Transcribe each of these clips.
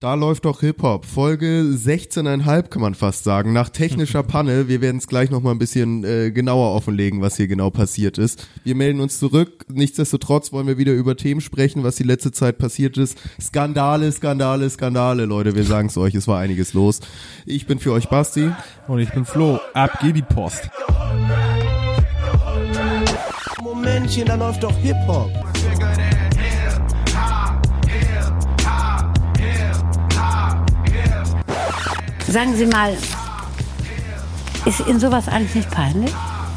Da läuft doch Hip-Hop. Folge 16,5 kann man fast sagen. Nach technischer Panne. Wir werden es gleich nochmal ein bisschen genauer offenlegen, was hier genau passiert ist. Wir melden uns zurück. Nichtsdestotrotz wollen wir wieder über Themen sprechen, was die letzte Zeit passiert ist. Skandale, Leute. Wir sagen es euch, es war einiges los. Ich bin für euch Basti. Und ich bin Flo. Ab geht die Post. Momentchen, da läuft doch Hip-Hop. Sagen Sie mal, ist Ihnen sowas eigentlich nicht peinlich?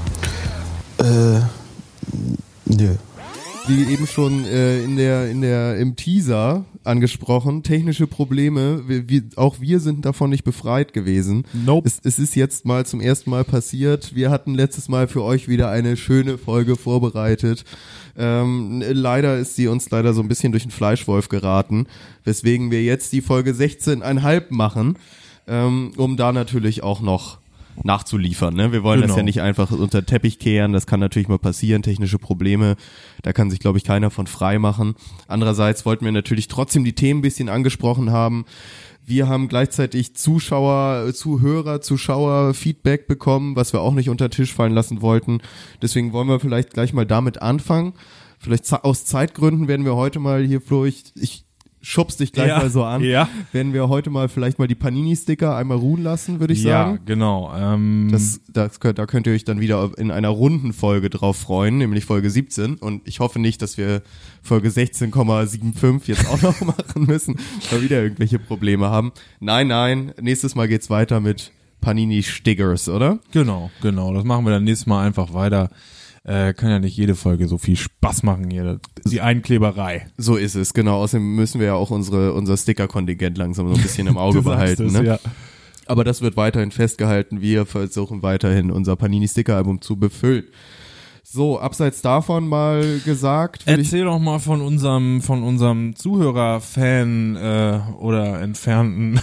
Nö. Wie eben schon im Teaser angesprochen, technische Probleme, auch wir sind davon nicht befreit gewesen. Nope. Es ist jetzt mal zum ersten Mal passiert. Wir hatten letztes Mal für euch wieder eine schöne Folge vorbereitet. Leider ist sie uns leider so ein bisschen durch den Fleischwolf geraten, weswegen wir jetzt die Folge 16,5 machen. Um da natürlich auch noch nachzuliefern. Ne? Wir wollen das ja nicht einfach unter Teppich kehren, das kann natürlich mal passieren, technische Probleme, da kann sich, glaube ich, keiner von frei machen. Andererseits wollten wir natürlich trotzdem die Themen ein bisschen angesprochen haben. Wir haben gleichzeitig Zuschauer, Feedback bekommen, was wir auch nicht unter den Tisch fallen lassen wollten. Deswegen wollen wir vielleicht gleich mal damit anfangen. Vielleicht aus Zeitgründen werden wir heute mal hier, Flo, ich schubst dich gleich mal so an. Ja. Werden wir heute mal vielleicht mal die Panini-Sticker einmal ruhen lassen, würde ich sagen. Ja, genau. Da könnt ihr euch dann wieder in einer runden Folge drauf freuen, nämlich Folge 17. Und ich hoffe nicht, dass wir Folge 16,75 jetzt auch noch machen müssen, weil wir wieder irgendwelche Probleme haben. Nein. Nächstes Mal geht's weiter mit Panini-Stickers, oder? Genau. Das machen wir dann nächstes Mal einfach weiter. Kann ja nicht jede Folge so viel Spaß machen hier, die Einkleberei. So ist es, genau. Außerdem müssen wir ja auch unser Sticker-Kontingent langsam so ein bisschen im Auge behalten. Ne? Ja. Aber das wird weiterhin festgehalten. Wir versuchen weiterhin unser Panini-Sticker-Album zu befüllen. So, abseits davon mal gesagt. Erzähl doch mal von unserem Zuhörer-Fan oder entfernten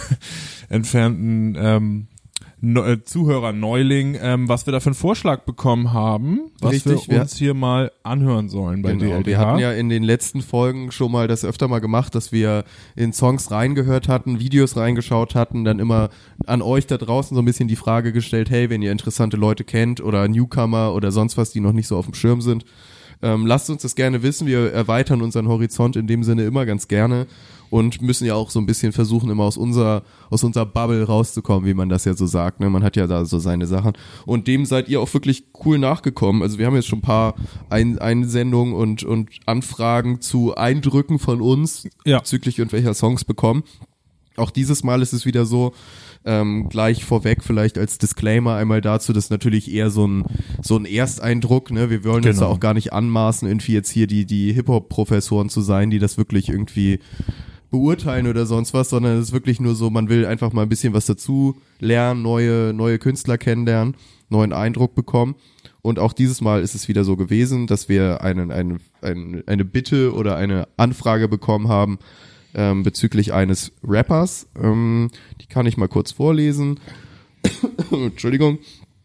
Zuhörer-Neuling, was wir da für einen Vorschlag bekommen haben, was wir uns hier mal anhören sollen bei DLDH. Wir hatten ja in den letzten Folgen schon mal das öfter mal gemacht, dass wir in Songs reingehört hatten, Videos reingeschaut hatten, dann immer an euch da draußen so ein bisschen die Frage gestellt, hey, wenn ihr interessante Leute kennt oder Newcomer oder sonst was, die noch nicht so auf dem Schirm sind, lasst uns das gerne wissen. Wir erweitern unseren Horizont in dem Sinne immer ganz gerne und müssen ja auch so ein bisschen versuchen, immer aus unserer Bubble rauszukommen, wie man das ja so sagt. Ne? Man hat ja da so seine Sachen. Und dem seid ihr auch wirklich cool nachgekommen. Also wir haben jetzt schon ein paar Einsendungen und Anfragen zu Eindrücken von uns bezüglich irgendwelcher Songs bekommen. Auch dieses Mal ist es wieder so, gleich vorweg vielleicht als Disclaimer einmal dazu, das ist natürlich eher so ein Ersteindruck, ne? Wir wollen uns da auch gar nicht anmaßen, irgendwie jetzt hier die Hip-Hop-Professoren zu sein, die das wirklich irgendwie beurteilen oder sonst was, sondern es ist wirklich nur so, man will einfach mal ein bisschen was dazu lernen, neue Künstler kennenlernen, neuen Eindruck bekommen. Und auch dieses Mal ist es wieder so gewesen, dass wir eine Bitte oder eine Anfrage bekommen haben, bezüglich eines Rappers. Die kann ich mal kurz vorlesen. Entschuldigung.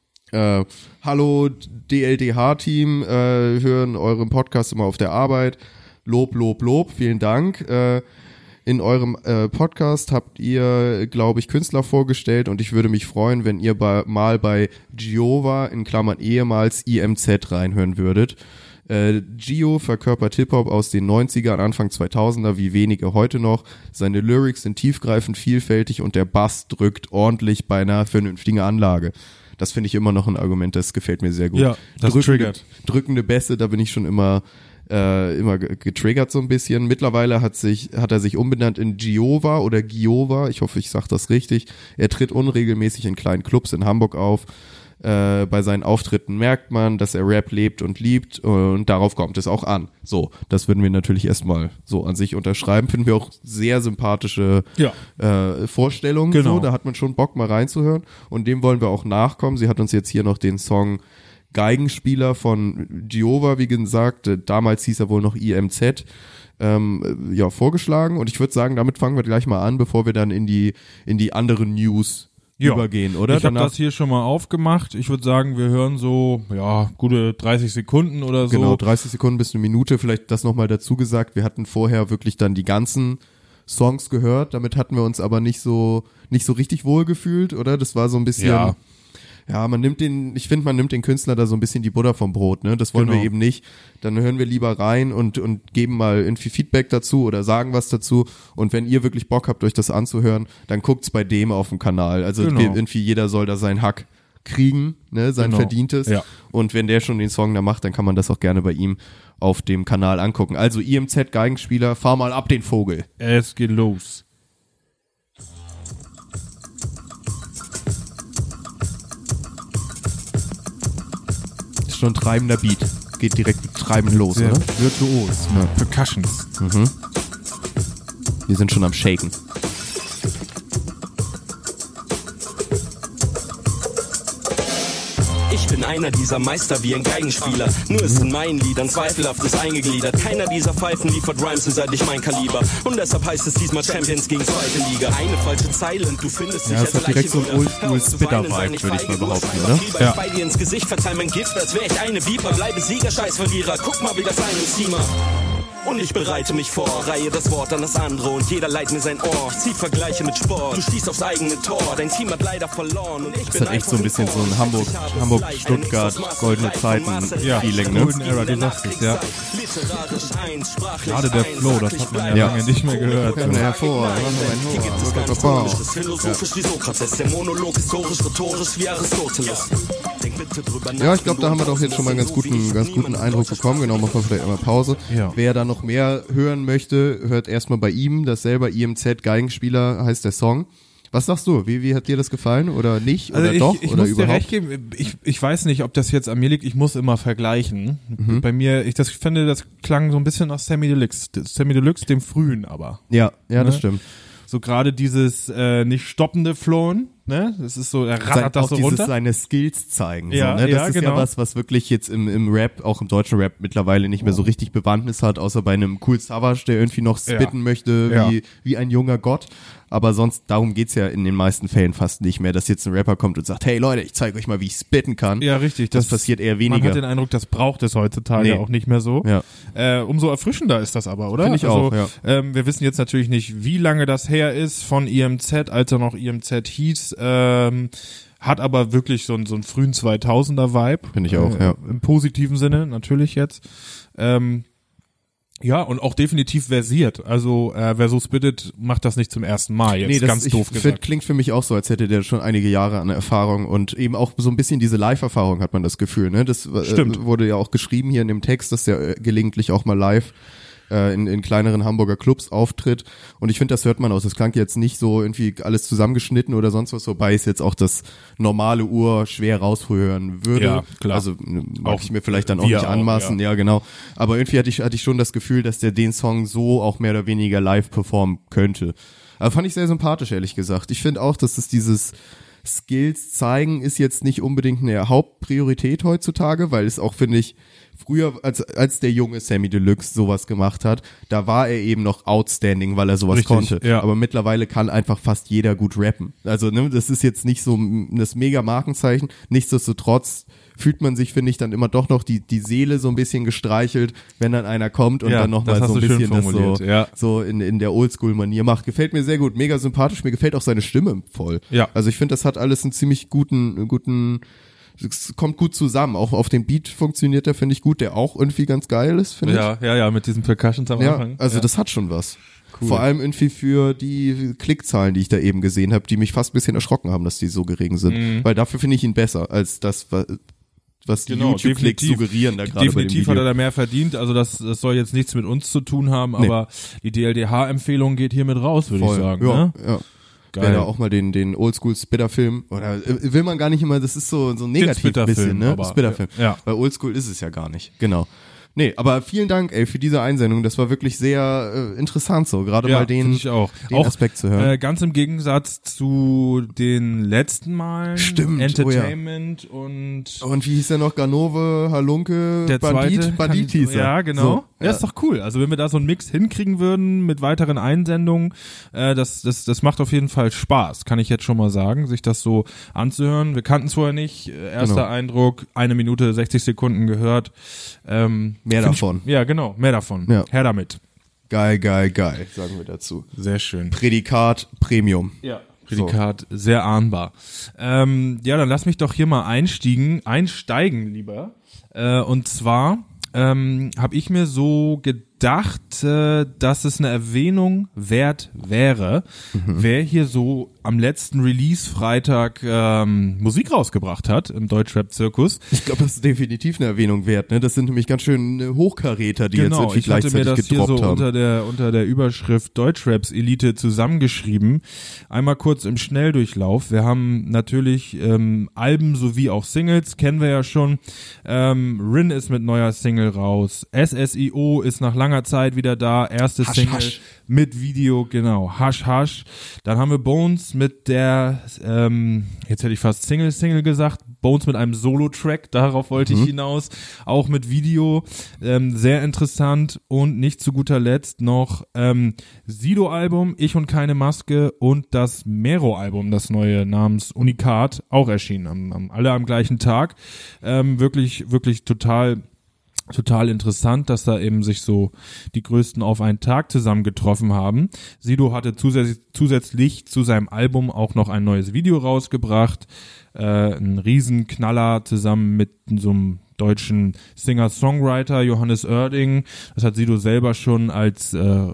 Hallo DLDH-Team, hören euren Podcast immer auf der Arbeit. Lob, vielen Dank. In eurem Podcast habt ihr, glaube ich, Künstler vorgestellt und ich würde mich freuen, wenn ihr mal bei Giova, in Klammern ehemals IMZ, reinhören würdet. Gio verkörpert Hip-Hop aus den 90ern, Anfang 2000er, wie wenige heute noch. Seine Lyrics sind tiefgreifend, vielfältig und der Bass drückt ordentlich bei einer vernünftigen Anlage. Das finde ich immer noch ein Argument, das gefällt mir sehr gut. Ja, das triggert. Drückende Bässe, da bin ich schon immer getriggert so ein bisschen. Mittlerweile hat er sich umbenannt in Giova oder Giova, ich hoffe, ich sage das richtig. Er tritt unregelmäßig in kleinen Clubs in Hamburg auf. Bei seinen Auftritten merkt man, dass er Rap lebt und liebt und darauf kommt es auch an. So, das würden wir natürlich erstmal so an sich unterschreiben. Finden wir auch sehr sympathische Vorstellungen. Genau. So, da hat man schon Bock mal reinzuhören und dem wollen wir auch nachkommen. Sie hat uns jetzt hier noch den Song Geigenspieler von Giova, wie gesagt, damals hieß er wohl noch IMZ, vorgeschlagen und ich würde sagen, damit fangen wir gleich mal an, bevor wir dann in die anderen News übergehen, oder? Ich habe das hier schon mal aufgemacht. Ich würde sagen, wir hören so, gute 30 Sekunden oder so. Genau, 30 Sekunden bis eine Minute. Vielleicht das nochmal dazu gesagt. Wir hatten vorher wirklich dann die ganzen Songs gehört, damit hatten wir uns aber nicht so richtig wohl gefühlt, oder? Das war so ein bisschen, ja, man nimmt den Künstler da so ein bisschen die Butter vom Brot, ne? Das wollen wir eben nicht. Dann hören wir lieber rein und geben mal irgendwie Feedback dazu oder sagen was dazu. Und wenn ihr wirklich Bock habt, euch das anzuhören, dann guckt's bei dem auf dem Kanal. Also irgendwie jeder soll da seinen Hack kriegen, ne, sein Verdientes. Ja. Und wenn der schon den Song da macht, dann kann man das auch gerne bei ihm auf dem Kanal angucken. Also IMZ Geigenspieler, fahr mal ab den Vogel. Es geht los. Ist schon ein treibender Beat. Geht direkt mit Treiben los, sehr oder? Virtuos. Ja. Percussions. Mhm. Wir sind schon am Shaken. Ich bin einer dieser Meister wie ein Geigenspieler. Nur ist in meinen Liedern Zweifelhaftes eingegliedert. Keiner dieser Pfeifen liefert Rhymes, so seid ich mein Kaliber. Und deshalb heißt es diesmal Champions gegen zweite Liga. Eine falsche Zeile und du findest dich das hat direkt so ein Oldschool-Spitter-Vibe, würde ich mal behaupten, oder? Ja. Bei dir ins Gesicht, verteil mein Gift, als wäre ich eine Viper. Bleibe Sieger, Scheißverlierer, guck mal, wie das eine Teamer. Und ich bereite mich vor, reihe das Wort an das andere und jeder leiht mir sein Ohr. Ich zieh Vergleiche mit Sport, du stießt aufs eigene Tor, dein Team hat leider verloren und ich bin das hat echt so ein bisschen so ein Hamburg-Stuttgart goldene Zeiten-Feeling, ne? Golden Era, du sagst es, ja. Gerade der Flow, das hat man ja lange nicht mehr gehört. Ja, hervor. Philosophisch wie Sokrates, der Monolog historisch, rhetorisch wie Aristoteles. Ja, ich glaube, da haben wir doch jetzt schon mal einen ganz guten Eindruck bekommen. Genau, machen wir vielleicht einmal Pause. Ja. Wer da noch mehr hören möchte, hört erstmal bei ihm. Das selber IMZ Geigenspieler heißt der Song. Was sagst du? Wie hat dir das gefallen oder nicht? Oder also doch? Ich oder muss überhaupt? dir recht geben, ich weiß nicht, ob das jetzt an mir liegt. Ich muss immer vergleichen. Bei mir, ich finde, das klang so ein bisschen nach Sammy Deluxe. Sammy Deluxe, dem frühen aber. Ja, das stimmt. So gerade dieses nicht stoppende Flown, ne? Das ist so, er rattert das so runter. Seine Skills zeigen. Ja, so, ne? Das ist genau. ja was wirklich jetzt im Rap, auch im deutschen Rap mittlerweile nicht mehr so richtig Bewandtnis hat, außer bei einem Cool Savage, der irgendwie noch spitten möchte, wie ein junger Gott. Aber sonst, darum geht's ja in den meisten Fällen fast nicht mehr, dass jetzt ein Rapper kommt und sagt, hey Leute, ich zeige euch mal, wie ich spitten kann. Ja, richtig. Das passiert eher weniger. Man hat den Eindruck, das braucht es heutzutage auch nicht mehr so. Ja. Umso erfrischender ist das aber, oder? Finde ich auch, ja. Wir wissen jetzt natürlich nicht, wie lange das her ist von IMZ, als er noch IMZ hieß. Hat aber wirklich so einen frühen 2000er-Vibe. Finde ich auch, ja. Im positiven Sinne, natürlich jetzt. Ja, und auch definitiv versiert. Also wer so spittet, macht das nicht zum ersten Mal. Jetzt ganz doof gesagt. Klingt für mich auch so, als hätte der schon einige Jahre an Erfahrung und eben auch so ein bisschen diese Live-Erfahrung hat man das Gefühl. Ne? Das wurde ja auch geschrieben hier in dem Text, dass der gelegentlich auch mal live in kleineren Hamburger Clubs auftritt. Und ich finde, das hört man aus. Das klang jetzt nicht so irgendwie alles zusammengeschnitten oder sonst was, wobei es jetzt auch das normale Uhr schwer raushören würde. Ja, klar. Also mag ich mir vielleicht dann auch nicht anmaßen. Ja, genau. Aber irgendwie hatte ich schon das Gefühl, dass der den Song so auch mehr oder weniger live performen könnte. Aber fand ich sehr sympathisch, ehrlich gesagt. Ich finde auch, dass es dieses Skills zeigen ist jetzt nicht unbedingt eine Hauptpriorität heutzutage, weil es auch, finde ich, früher, als der junge Sammy Deluxe sowas gemacht hat, da war er eben noch outstanding, weil er sowas konnte. Ja. Aber mittlerweile kann einfach fast jeder gut rappen. Also, ne, das ist jetzt nicht so das mega Markenzeichen. Nichtsdestotrotz fühlt man sich, finde ich, dann immer doch noch die Seele so ein bisschen gestreichelt, wenn dann einer kommt und dann nochmal so ein bisschen das so in der Oldschool-Manier macht. Gefällt mir sehr gut, mega sympathisch. Mir gefällt auch seine Stimme voll. Ja. Also ich finde, das hat alles einen ziemlich guten es kommt gut zusammen. Auch auf dem Beat funktioniert der, finde ich, gut, der auch irgendwie ganz geil ist, finde ich. Ja, mit diesen Percussions am Anfang. Also das hat schon was. Cool. Vor allem irgendwie für die Klickzahlen, die ich da eben gesehen habe, die mich fast ein bisschen erschrocken haben, dass die so gering sind. Weil dafür finde ich ihn besser als das, was die YouTube-Klicks suggerieren da gerade bei dem Video. Definitiv hat er da mehr verdient, also das soll jetzt nichts mit uns zu tun haben, aber die DLDH-Empfehlung geht hier mit raus, würde ich sagen. Ja. Geil. Wer da auch mal den Oldschool-Spitter-Film, oder will man gar nicht immer, das ist so negativ ein bisschen, ne? Spitter-Film. Ja. Bei Oldschool ist es ja gar nicht, genau. Nee, aber vielen Dank, für diese Einsendung. Das war wirklich sehr interessant so, gerade mal den Aspekt zu hören. Ganz im Gegensatz zu den letzten Malen. Stimmt. Entertainment und wie hieß der noch? Ganove, Halunke, der Bandit hieß er. Ja, genau. So, ja, ist doch cool. Also wenn wir da so einen Mix hinkriegen würden mit weiteren Einsendungen, das macht auf jeden Fall Spaß, kann ich jetzt schon mal sagen, sich das so anzuhören. Wir kannten es vorher nicht. Erster Eindruck, 1 Minute 60 Sekunden gehört. Mehr davon. Mehr davon. Ja. Her damit. Geil, sagen wir dazu. Sehr schön. Prädikat Premium. Ja. Prädikat sehr ahnbar. Ja, dann lass mich doch hier mal einsteigen lieber. Und zwar habe ich mir so gedacht, dass es eine Erwähnung wert wäre, wer hier so am letzten Release-Freitag Musik rausgebracht hat im Deutschrap-Zirkus. Ich glaube, das ist definitiv eine Erwähnung wert, ne? Das sind nämlich ganz schön Hochkaräter, die jetzt irgendwie gleichzeitig gedroppt haben. Ich hatte mir das hier so unter der Überschrift Deutschraps-Elite zusammengeschrieben. Einmal kurz im Schnelldurchlauf. Wir haben natürlich Alben sowie auch Singles, kennen wir ja schon. Rin ist mit neuer Single raus. SSIO ist nach langer Zeit wieder da. Erste Hasch, Single Hasch. mit Video, genau. Hasch, Hasch. Dann haben wir Bones mit der, jetzt hätte ich fast Single gesagt, Bones mit einem Solo-Track, darauf wollte ich hinaus, auch mit Video, sehr interessant. Und nicht zu guter Letzt noch Sido-Album, Ich und keine Maske, und das Mero-Album, das neue namens Unikat, auch erschienen, alle am gleichen Tag. Wirklich total interessant, dass da eben sich so die Größten auf einen Tag zusammengetroffen haben. Sido hatte zusätzlich zu seinem Album auch noch ein neues Video rausgebracht, ein Riesenknaller zusammen mit so einem deutschen Singer-Songwriter Johannes Oerding. Das hat Sido selber schon als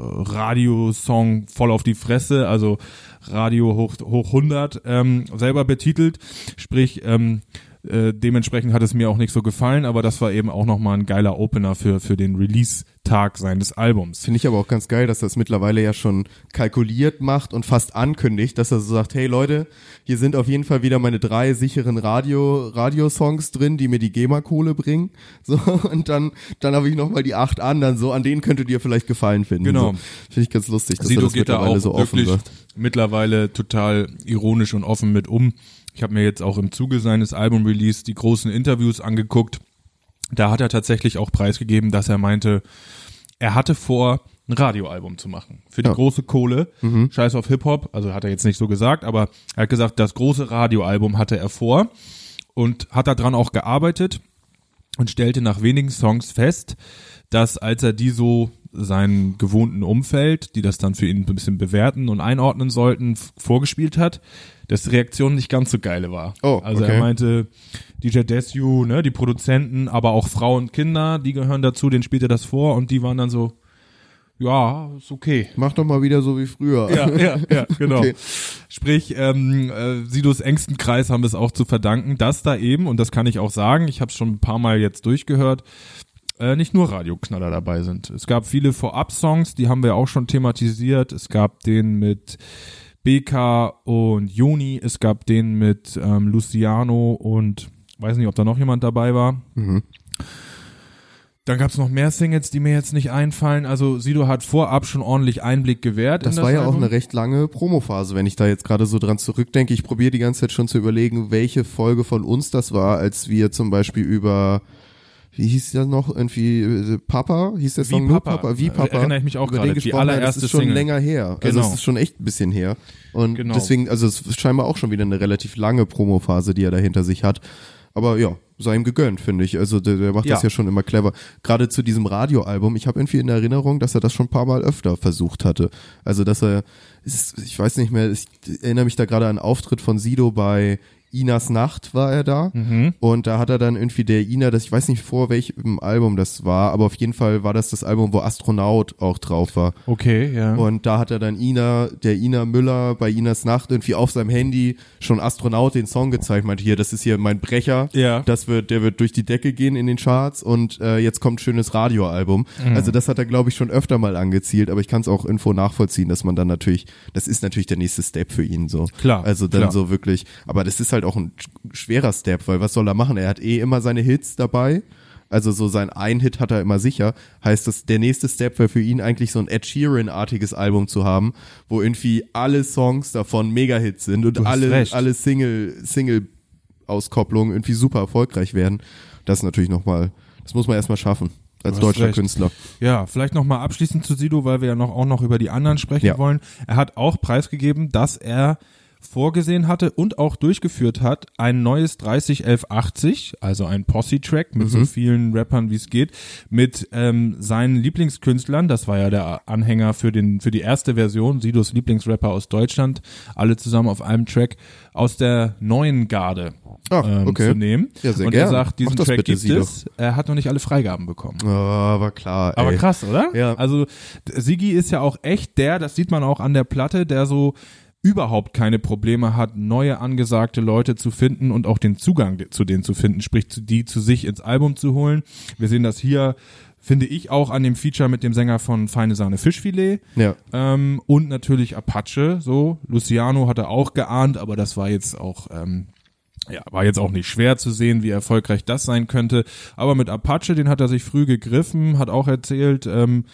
Radiosong voll auf die Fresse, also Radio hoch 100 selber betitelt, sprich dementsprechend hat es mir auch nicht so gefallen, aber das war eben auch nochmal ein geiler Opener für den Release-Tag seines Albums. Finde ich aber auch ganz geil, dass er es mittlerweile ja schon kalkuliert macht und fast ankündigt, dass er so sagt, hey Leute, hier sind auf jeden Fall wieder meine 3 sicheren Radiosongs drin, die mir die GEMA-Kohle bringen. So, und dann habe ich nochmal die 8 anderen, so, an denen könntet ihr vielleicht Gefallen finden. Genau. So, finde ich ganz lustig, dass Sido er das geht da mittlerweile auch so offen wirklich wird. mittlerweile total ironisch und offen mit um. Ich habe mir jetzt auch im Zuge seines Album-Release die großen Interviews angeguckt. Da hat er tatsächlich auch preisgegeben, dass er meinte, er hatte vor, ein Radioalbum zu machen. Für die große Kohle. Scheiß auf Hip-Hop. Also hat er jetzt nicht so gesagt, aber er hat gesagt, das große Radioalbum hatte er vor und hat daran auch gearbeitet und stellte nach wenigen Songs fest, dass als er die so seinen gewohnten Umfeld, die das dann für ihn ein bisschen bewerten und einordnen sollten, vorgespielt hat, dass die Reaktion nicht ganz so geile war. Oh, also okay. er meinte, DJ Desu, ne, die Produzenten, aber auch Frauen und Kinder, die gehören dazu, denen spielt er das vor und die waren dann so, ja, ist okay. Mach doch mal wieder so wie früher. Ja, genau. Okay. Sprich, Sidos engsten Kreis haben es auch zu verdanken, dass da eben, und das kann ich auch sagen, ich habe es schon ein paar Mal jetzt durchgehört, nicht nur Radioknaller dabei sind. Es gab viele Vorab-Songs, die haben wir auch schon thematisiert. Es gab den mit BK und Joni, es gab den mit Luciano und weiß nicht, ob da noch jemand dabei war. Dann gab es noch mehr Singles, die mir jetzt nicht einfallen. Also Sido hat vorab schon ordentlich Einblick gewährt. Das war ja auch eine recht lange Promophase, wenn ich da jetzt gerade so dran zurückdenke. Ich probiere die ganze Zeit schon zu überlegen, welche Folge von uns das war, als wir zum Beispiel über, wie hieß das noch, irgendwie Papa? Hieß der Song nur Papa? Wie Papa? Erinnere ich mich auch über gerade. Den Die allererste das ist schon Single. länger her. Also Genau. es ist schon echt ein bisschen her. Und Genau. deswegen, also es ist scheinbar auch schon wieder eine relativ lange Promophase, die er da hinter sich hat. Aber ja, sei ihm gegönnt, finde ich. Also der macht das ja schon immer clever. Gerade zu diesem Radioalbum, ich habe irgendwie in Erinnerung, dass er das schon ein paar Mal öfter versucht hatte. Also dass er, ich weiß nicht mehr, ich erinnere mich da gerade an einen Auftritt von Sido bei Inas Nacht war er da und da hat er dann irgendwie der Ina, ich weiß nicht vor welchem Album das war, aber auf jeden Fall war das Album, wo Astronaut auch drauf war. Okay, ja. Und da hat er dann der Ina Müller bei Inas Nacht irgendwie auf seinem Handy schon Astronaut den Song gezeigt, meinte hier, das ist hier mein Brecher, Ja. der wird durch die Decke gehen in den Charts und jetzt kommt schönes Radioalbum. Also das hat er, glaube ich, schon öfter mal angezielt, aber ich kann es auch Info nachvollziehen, dass man dann natürlich, das ist natürlich der nächste Step für ihn so. Klar, Also dann klar. so wirklich, aber das ist halt auch ein schwerer Step, weil was soll er machen? Er hat immer seine Hits dabei. Also so sein Ein-Hit hat er immer sicher. Heißt das, der nächste Step wäre für ihn eigentlich so ein Ed Sheeran-artiges Album zu haben, wo irgendwie alle Songs davon Mega-Hits sind und Du hast recht. alle Single-Auskopplungen irgendwie super erfolgreich werden. Das ist natürlich nochmal, das muss man erstmal schaffen. Als Du hast deutscher recht. Künstler. Ja, vielleicht nochmal abschließend zu Sido, weil wir ja auch noch über die anderen sprechen wollen. Er hat auch preisgegeben, dass er vorgesehen hatte und auch durchgeführt hat, ein neues 301180, also ein Posse-Track mit so vielen Rappern wie es geht, mit seinen Lieblingskünstlern, das war ja der Anhänger für die erste Version, Sidos Lieblingsrapper aus Deutschland, alle zusammen auf einem Track aus der neuen Garde zu nehmen. Ja, sehr und gern. er sagt, diesen Mach das Track bitte, gibt Sido. es, er hat noch nicht alle Freigaben bekommen. Oh, war klar, ey. Aber krass, oder? Ja. Also Siggi ist ja auch echt das sieht man auch an der Platte, der so überhaupt keine Probleme hat, neue angesagte Leute zu finden und auch den Zugang zu denen zu finden, sprich die zu sich ins Album zu holen. Wir sehen das hier, finde ich, auch an dem Feature mit dem Sänger von Feine Sahne Fischfilet. Ja. Und natürlich Apache, so. Luciano hat er auch geahnt, aber das war jetzt auch war jetzt auch nicht schwer zu sehen, wie erfolgreich das sein könnte. Aber mit Apache, den hat er sich früh gegriffen, hat auch erzählt,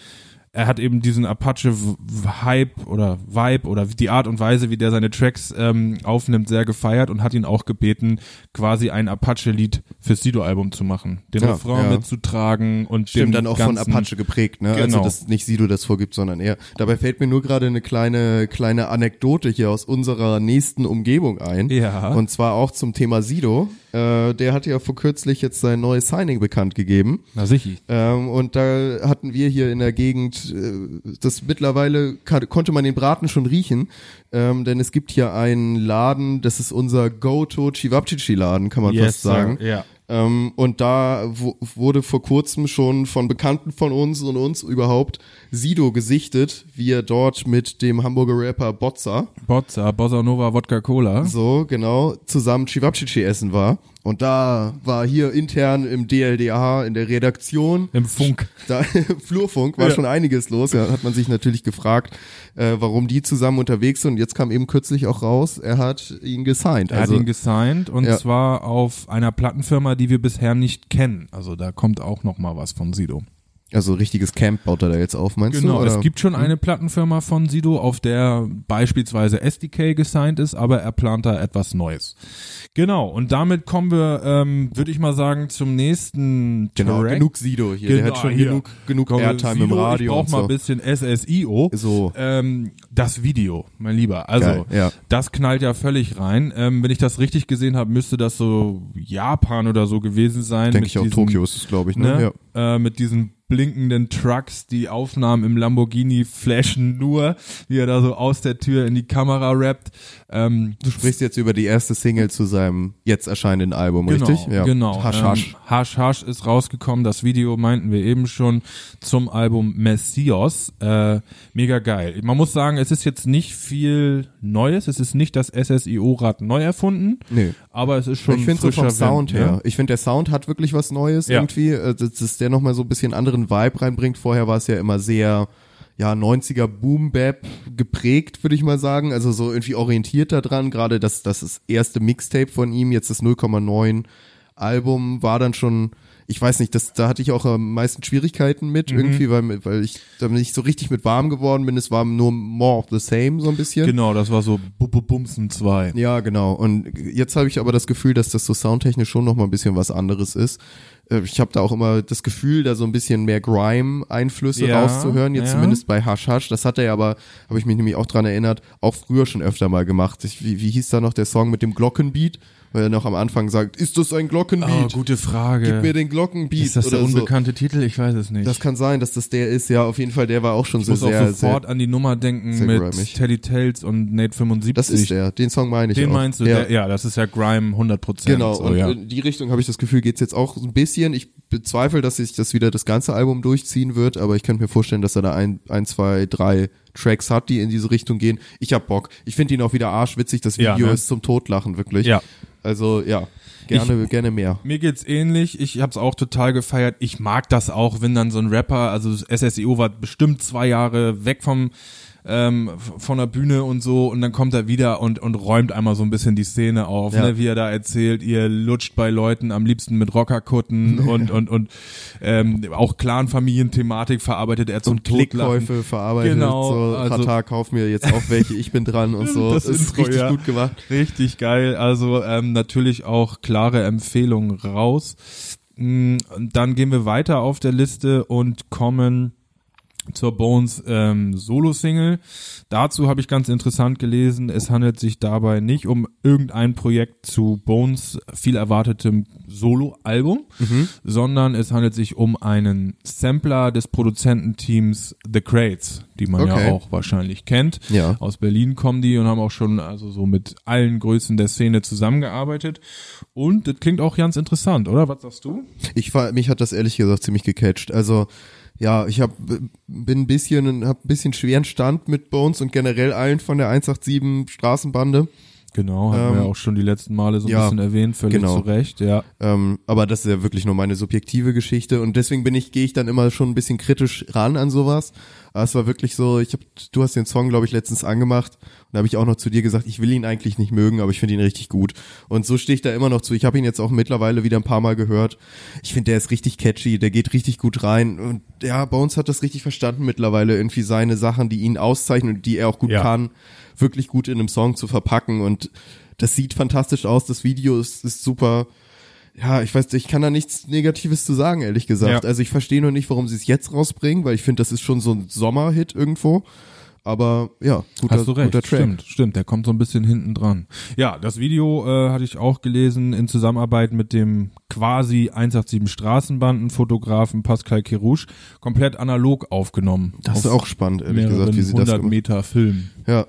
er hat eben diesen Apache-Hype oder Vibe oder die Art und Weise, wie der seine Tracks aufnimmt, sehr gefeiert und hat ihn auch gebeten, quasi ein Apache-Lied fürs Sido-Album zu machen. Den Refrain mitzutragen und Stimmt, den dann auch ganzen, von Apache geprägt, ne? Genau. Also, dass nicht Sido das vorgibt, sondern er. Dabei fällt mir nur gerade eine kleine Anekdote hier aus unserer nächsten Umgebung ein. Ja. Und zwar auch zum Thema Sido. Der hat ja vor kürzlich jetzt sein neues Signing bekannt gegeben. Na sicher. Und da hatten wir hier in der Gegend, das mittlerweile konnte man den Braten schon riechen, denn es gibt hier einen Laden, das ist unser Go-To-Chivapchichi-Laden, kann man fast sagen. Ja. Und da wurde vor kurzem schon von Bekannten von uns und uns überhaupt Sido gesichtet, wie er dort mit dem Hamburger Rapper Bossa Bossa Nova Wodka Cola. so, genau, zusammen Chivapchichi essen war. Und da war hier intern im DLDH, in der Redaktion, Im Funk. da im Flurfunk war schon einiges los. Ja, hat man sich natürlich gefragt, warum die zusammen unterwegs sind. Und jetzt kam eben kürzlich auch raus, er hat ihn gesigned. Er hat ihn gesigned und zwar auf einer Plattenfirma, die wir bisher nicht kennen. Also da kommt auch noch mal was von Sido. Also richtiges Camp baut er da jetzt auf, meinst du? Genau, Oder? es gibt schon eine Plattenfirma von Sido, auf der beispielsweise SDK gesigned ist, aber er plant da etwas Neues. Genau, und damit kommen wir, würde ich mal sagen, zum nächsten Genau, Track. genug Sido hier. Genau, Der hat schon hier. genug Komm, Airtime Sido, im Radio ich brauch und mal so. ein bisschen SSIO. So. Das Video, mein Lieber. Also, Geil, ja. das knallt ja völlig rein. Wenn ich das richtig gesehen habe, müsste das so Japan oder so gewesen sein. Denke mit ich auch, diesen, Tokio ist es, glaube ich, ne? Ja. mit diesen blinkenden Trucks, die Aufnahmen im Lamborghini flashen nur, wie er da so aus der Tür in die Kamera rappt. Du sprichst jetzt über die erste Single zu seinem jetzt erscheinenden Album, Genau, richtig? Ja. genau. Hasch, Hasch. Hasch Hasch ist rausgekommen. Das Video meinten wir eben schon zum Album Messios. Mega geil. Man muss sagen, es ist jetzt nicht viel Neues. Es ist nicht das SSIO-Rad neu erfunden. Nee. Aber es ist schon Ich finde so vom frischer Sound Wind, her. ne? Ich finde, der Sound hat wirklich was Neues Ja. irgendwie. Dass der nochmal so ein bisschen anderen Vibe reinbringt. Vorher war es ja immer sehr, 90er Boom-Bap geprägt, würde ich mal sagen. Also so irgendwie orientiert da dran. Gerade das erste Mixtape von ihm, jetzt das 0,9 Album, war dann schon, ich weiß nicht, da hatte ich auch am meisten Schwierigkeiten mit irgendwie, weil ich da nicht so richtig mit warm geworden bin. Es war nur more of the same so ein bisschen. Genau, das war so Bumsen 2. Ja, genau. Und jetzt habe ich aber das Gefühl, dass das so soundtechnisch schon noch mal ein bisschen was anderes ist. Ich habe da auch immer das Gefühl, da so ein bisschen mehr Grime-Einflüsse Ja, rauszuhören, jetzt ja. zumindest bei Hasch Hasch. Das hat er ja aber, habe ich mich nämlich auch dran erinnert, auch früher schon öfter mal gemacht. Wie hieß da noch der Song mit dem Glockenbeat? Weil er noch am Anfang sagt, ist das ein Glockenbeat? Gute Frage. Gib mir den Glockenbeat. Ist das der oder so. unbekannte Titel? Ich weiß es nicht. Das kann sein, dass das der ist. Ja, auf jeden Fall, der war auch schon ich so muss sehr, auch sofort sehr, an die Nummer denken sehr mit grimig. Teddy Tales und Nate 75. das ist der. Den Song meine ich Den auch. meinst du? Ja. Ja, das ist ja Grime 100%. Genau, so, und ja. in die Richtung habe ich das Gefühl, geht's jetzt auch ein bisschen. Ich bezweifle, dass sich das wieder das ganze Album durchziehen wird, aber ich könnte mir vorstellen, dass er da ein, zwei, drei Tracks hat, die in diese Richtung gehen. Ich hab Bock. Ich finde ihn auch wieder arschwitzig. Das Video Ja, ne? ist zum Totlachen, wirklich. Ja. Also, ja, gerne mehr. Mir geht's ähnlich. Ich hab's auch total gefeiert. Ich mag das auch, wenn dann so ein Rapper, also SSIO war bestimmt 2 Jahre weg von der Bühne und so, und dann kommt er wieder und räumt einmal so ein bisschen die Szene auf, Ja. ne, wie er da erzählt, ihr lutscht bei Leuten am liebsten mit Rockerkutten und auch Clan-Familien-Thematik verarbeitet er zum Totlachen. Klickkäufe verarbeitet, Genau, so, also- Tata, kauf mir jetzt auch welche, ich bin dran und so. Das ist Intro, richtig ja. gut gemacht. Richtig geil, also natürlich auch klare Empfehlungen raus. Und dann gehen wir weiter auf der Liste und kommen zur Bones Solo-Single. Dazu habe ich ganz interessant gelesen, es handelt sich dabei nicht um irgendein Projekt zu Bones viel erwartetem Solo-Album, sondern es handelt sich um einen Sampler des Produzententeams The Crates, die man ja auch wahrscheinlich kennt. Ja. Aus Berlin kommen die und haben auch schon also so mit allen Größen der Szene zusammengearbeitet. Und das klingt auch ganz interessant, oder? Was sagst du? Mich hat das ehrlich gesagt ziemlich gecatcht. Also ja, ich hab ein bisschen schweren Stand mit Bones und generell allen von der 187 Straßenbande. Genau, haben wir auch schon die letzten Male so ein bisschen erwähnt, völlig zu Recht, ja. Aber das ist ja wirklich nur meine subjektive Geschichte und deswegen gehe ich dann immer schon ein bisschen kritisch ran an sowas. Aber es war wirklich so, du hast den Song, glaube ich, letztens angemacht und da habe ich auch noch zu dir gesagt, ich will ihn eigentlich nicht mögen, aber ich finde ihn richtig gut. Und so stehe ich da immer noch zu. Ich habe ihn jetzt auch mittlerweile wieder ein paar Mal gehört. Ich finde, der ist richtig catchy, der geht richtig gut rein und ja, Bones hat das richtig verstanden mittlerweile, irgendwie seine Sachen, die ihn auszeichnen und die er auch gut kann, wirklich gut in einem Song zu verpacken und das sieht fantastisch aus, das Video ist super. Ja, ich kann da nichts Negatives zu sagen, ehrlich gesagt. Also ich verstehe nur nicht, warum sie es jetzt rausbringen, weil ich finde, das ist schon so ein Sommerhit irgendwo. Aber ja, guter Track. Stimmt, der kommt so ein bisschen hinten dran. Ja, das Video hatte ich auch gelesen in Zusammenarbeit mit dem quasi 187 Straßenbandenfotografen Pascal Kerouche, komplett analog aufgenommen. Das ist auch spannend, ehrlich gesagt, wie sie das 100 Meter Film. Ja.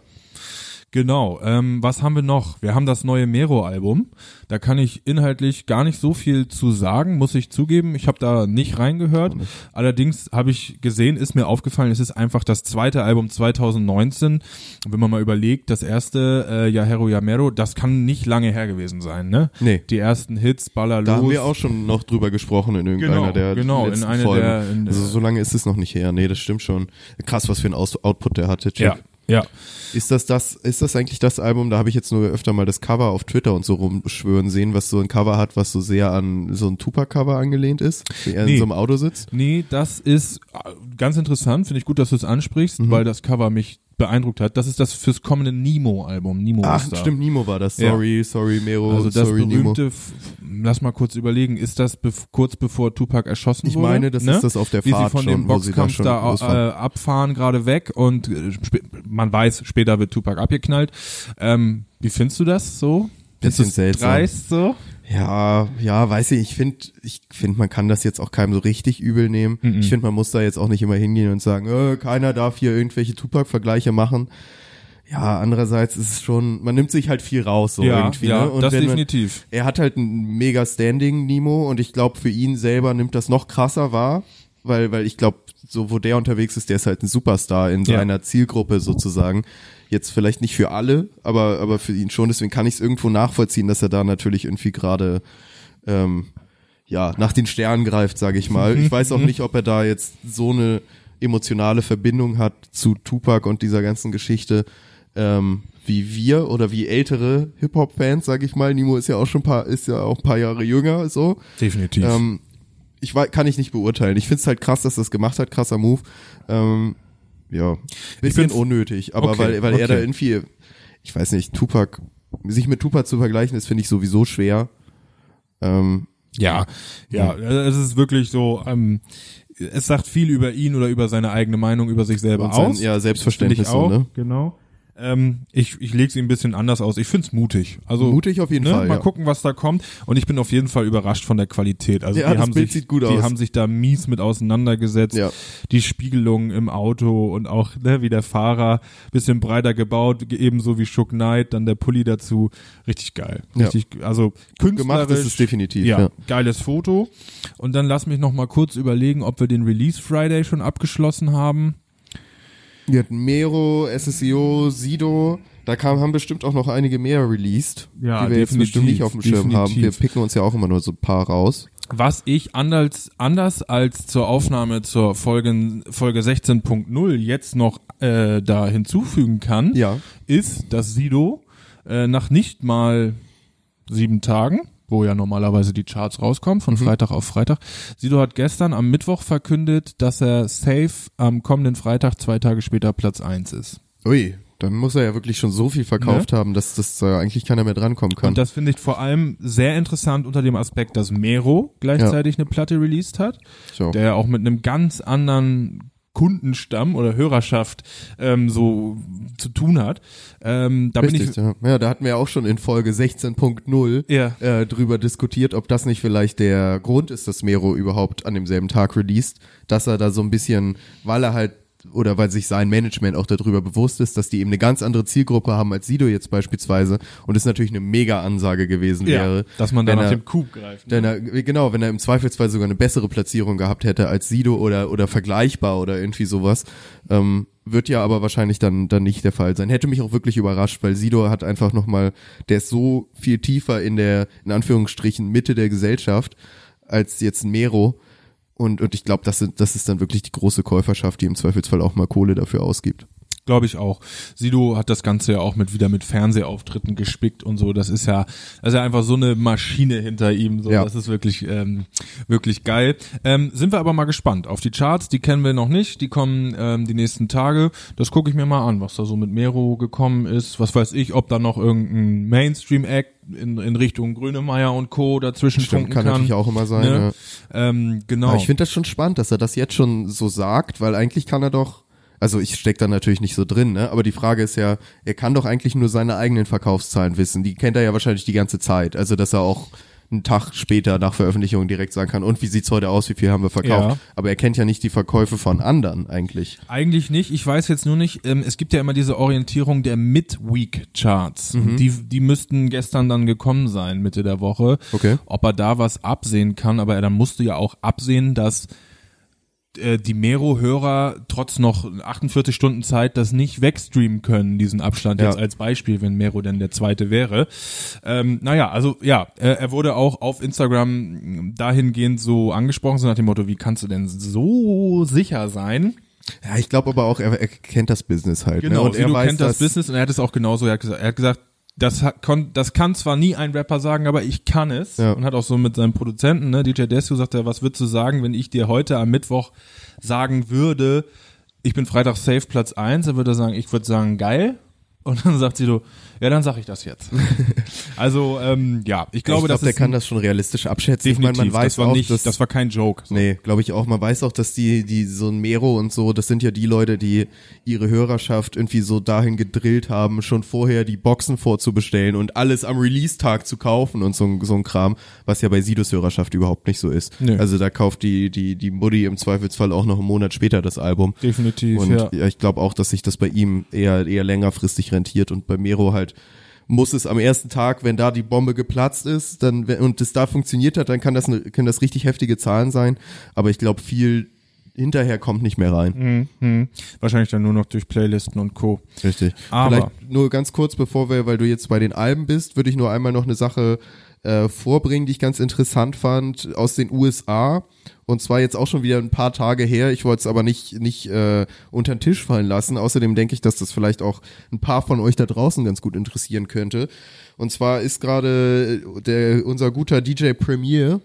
Genau, was haben wir noch? Wir haben das neue Mero-Album. Da kann ich inhaltlich gar nicht so viel zu sagen, muss ich zugeben. Ich habe da nicht reingehört. Allerdings habe ich gesehen, ist mir aufgefallen, es ist einfach das zweite Album 2019. Wenn man mal überlegt, das erste, Yahero Yamero, das kann nicht lange her gewesen sein, ne? Nee. Die ersten Hits, Baller Da los. haben wir auch schon noch drüber gesprochen in irgendeiner der letzten in einer Folgen. Also so lange ist es noch nicht her. Nee, das stimmt schon. Krass, was für ein Output der hatte. Ja. Ist das eigentlich das Album, da habe ich jetzt nur öfter mal das Cover auf Twitter und so rumschwören sehen, was so ein Cover hat, was so sehr an so ein Tupac-Cover angelehnt ist, wie er in so einem Auto sitzt? Nee, das ist ganz interessant, finde ich gut, dass du es ansprichst, weil das Cover mich beeindruckt hat. Das ist das fürs kommende Nemo-Album. Nemo Ach, ist da. Stimmt, Nemo war das. Sorry, Mero, also das sorry, Nemo. berühmte, lass mal kurz überlegen, ist das kurz bevor Tupac erschossen wurde? Ich meine, das ist das auf der Wie Fahrt sie von dem Boxkampf da abfahren, gerade weg und man weiß, später wird Tupac abgeknallt. Wie findest du das so? Bisschen seltsam. Dreist so? Ja, weiß ich. Ich finde, man kann das jetzt auch keinem so richtig übel nehmen. Ich finde, man muss da jetzt auch nicht immer hingehen und sagen, keiner darf hier irgendwelche Tupac-Vergleiche machen. Ja, andererseits ist es schon, man nimmt sich halt viel raus, so irgendwie, ne? Und das definitiv. Er hat halt ein mega Standing, Nemo, und ich glaube, für ihn selber nimmt das noch krasser wahr, weil ich glaube, so wo der unterwegs ist, der ist halt ein Superstar in seiner Zielgruppe sozusagen. Jetzt vielleicht nicht für alle, aber für ihn schon. Deswegen kann ich es irgendwo nachvollziehen, dass er da natürlich irgendwie gerade nach den Sternen greift, sage ich mal. Ich weiß auch nicht, ob er da jetzt so eine emotionale Verbindung hat zu Tupac und dieser ganzen Geschichte wie wir oder wie ältere Hip-Hop-Fans, sage ich mal. Nemo ist ja auch ein paar Jahre jünger, so. Definitiv. Kann ich nicht beurteilen. Ich find's halt krass, dass das gemacht hat, krasser Move. Bisschen unnötig, aber weil er da irgendwie, ich weiß nicht, sich mit Tupac zu vergleichen, das finde ich sowieso schwer. Es ist wirklich so, es sagt viel über ihn oder über seine eigene Meinung über sich selber und aus. Selbstverständnis auch, so, ne? Genau. Ich lege es ihm ein bisschen anders aus. Ich find's mutig. Also mutig auf jeden Fall. Mal gucken, was da kommt. Und ich bin auf jeden Fall überrascht von der Qualität. Also das Bild sieht gut aus. Die haben sich da mies mit auseinandergesetzt. Ja. Die Spiegelung im Auto und auch wie der Fahrer, bisschen breiter gebaut, ebenso wie Shook Knight, dann der Pulli dazu. Richtig geil. Also künstlerisch. Gemacht ist es definitiv. Ja, geiles Foto. Und dann lass mich noch mal kurz überlegen, ob wir den Release Friday schon abgeschlossen haben. Wir hatten Mero, SSIO, Sido, da haben bestimmt auch noch einige mehr released, die wir jetzt bestimmt nicht auf dem Schirm haben. Wir picken uns ja auch immer nur so ein paar raus. Was ich anders als zur Aufnahme zur Folge 16.0 jetzt noch da hinzufügen kann, ist, dass Sido nach nicht mal 7 Tagen, wo ja normalerweise die Charts rauskommen, von Freitag auf Freitag. Sido hat gestern am Mittwoch verkündet, dass er safe am kommenden Freitag 2 Tage später Platz 1 ist. Ui, dann muss er ja wirklich schon so viel verkauft haben, dass das eigentlich keiner mehr drankommen kann. Und das finde ich vor allem sehr interessant unter dem Aspekt, dass Mero gleichzeitig eine Platte released hat, der ja auch mit einem ganz anderen Kundenstamm oder Hörerschaft so zu tun hat. Da Richtig, ja, da hatten wir auch schon in Folge 16.0 drüber diskutiert, ob das nicht vielleicht der Grund ist, dass Mero überhaupt an demselben Tag released, dass er da so ein bisschen, weil er halt oder weil sich sein Management auch darüber bewusst ist, dass die eben eine ganz andere Zielgruppe haben als Sido jetzt beispielsweise und es natürlich eine mega Ansage gewesen wäre. Dass man da nach dem Coup greift. Wenn er im Zweifelsfall sogar eine bessere Platzierung gehabt hätte als Sido oder vergleichbar oder irgendwie sowas, wird ja aber wahrscheinlich dann nicht der Fall sein. Hätte mich auch wirklich überrascht, weil Sido hat einfach nochmal, der ist so viel tiefer in der, in Anführungsstrichen, Mitte der Gesellschaft als jetzt ein Mero. Und ich glaube, das ist dann wirklich die große Käuferschaft, die im Zweifelsfall auch mal Kohle dafür ausgibt. Glaube ich auch. Sido hat das Ganze ja auch wieder mit Fernsehauftritten gespickt und so. Das ist ja einfach so eine Maschine hinter ihm. So, ja. Das ist wirklich wirklich geil. Sind wir aber mal gespannt auf die Charts. Die kennen wir noch nicht. Die kommen die nächsten Tage. Das gucke ich mir mal an, was da so mit Mero gekommen ist. Was weiß ich, ob da noch irgendein Mainstream-Act in Richtung Grönemeyer und Co. dazwischen funken kann. Kann natürlich auch immer sein. Ne? Ja. Genau. Aber ich finde das schon spannend, dass er das jetzt schon so sagt, weil eigentlich kann er doch. Also ich steck da natürlich nicht so drin, ne? Aber die Frage ist ja, er kann doch eigentlich nur seine eigenen Verkaufszahlen wissen. Die kennt er ja wahrscheinlich die ganze Zeit. Also dass er auch einen Tag später nach Veröffentlichung direkt sagen kann, und wie sieht's heute aus, wie viel haben wir verkauft? Ja. Aber er kennt ja nicht die Verkäufe von anderen eigentlich. Eigentlich nicht. Ich weiß jetzt nur nicht, es gibt ja immer diese Orientierung der Midweek-Charts. Die müssten gestern dann gekommen sein, Mitte der Woche. Okay. Ob er da was absehen kann, aber dann musste ja auch absehen, dass die Mero-Hörer trotz noch 48 Stunden Zeit das nicht wegstreamen können, diesen Abstand jetzt als Beispiel, wenn Mero denn der zweite wäre. Er wurde auch auf Instagram dahingehend so angesprochen, so nach dem Motto, wie kannst du denn so sicher sein? Ja, ich glaube aber auch, er kennt das Business halt. Genau, ne? Und er kennt das Business und er hat es auch genauso, er hat gesagt, das kann zwar nie ein Rapper sagen, aber ich kann es. Ja. Und hat auch so mit seinem Produzenten, ne, DJ Desu, sagt er, was würdest du sagen, wenn ich dir heute am Mittwoch sagen würde, ich bin Freitag safe Platz 1, dann würde er sagen, ich würde sagen, geil. Und dann sagt sie so, ja, dann sag ich das jetzt. Also, ich glaube, der kann das schon realistisch abschätzen. Definitiv, ich meine, man weiß das war kein Joke. So. Nee, glaube ich auch. Man weiß auch, dass die so ein Mero und so, das sind ja die Leute, die ihre Hörerschaft irgendwie so dahin gedrillt haben, schon vorher die Boxen vorzubestellen und alles am Release-Tag zu kaufen und so ein Kram, was ja bei Sidos Hörerschaft überhaupt nicht so ist. Nee. Also da kauft die Mutti im Zweifelsfall auch noch einen Monat später das Album. Definitiv, und ja, ich glaube auch, dass sich das bei ihm eher längerfristig rentiert und bei Mero halt muss es am ersten Tag, wenn da die Bombe geplatzt ist, dann und es da funktioniert hat, dann können das richtig heftige Zahlen sein, aber ich glaube, viel hinterher kommt nicht mehr rein. Wahrscheinlich dann nur noch durch Playlisten und Co. Richtig. Aber vielleicht nur ganz kurz, weil du jetzt bei den Alben bist, würde ich nur einmal noch eine Sache vorbringen, die ich ganz interessant fand, aus den USA. Und zwar jetzt auch schon wieder ein paar Tage her. Ich wollte es aber nicht unter den Tisch fallen lassen. Außerdem denke ich, dass das vielleicht auch ein paar von euch da draußen ganz gut interessieren könnte. Und zwar ist gerade unser guter DJ Premier,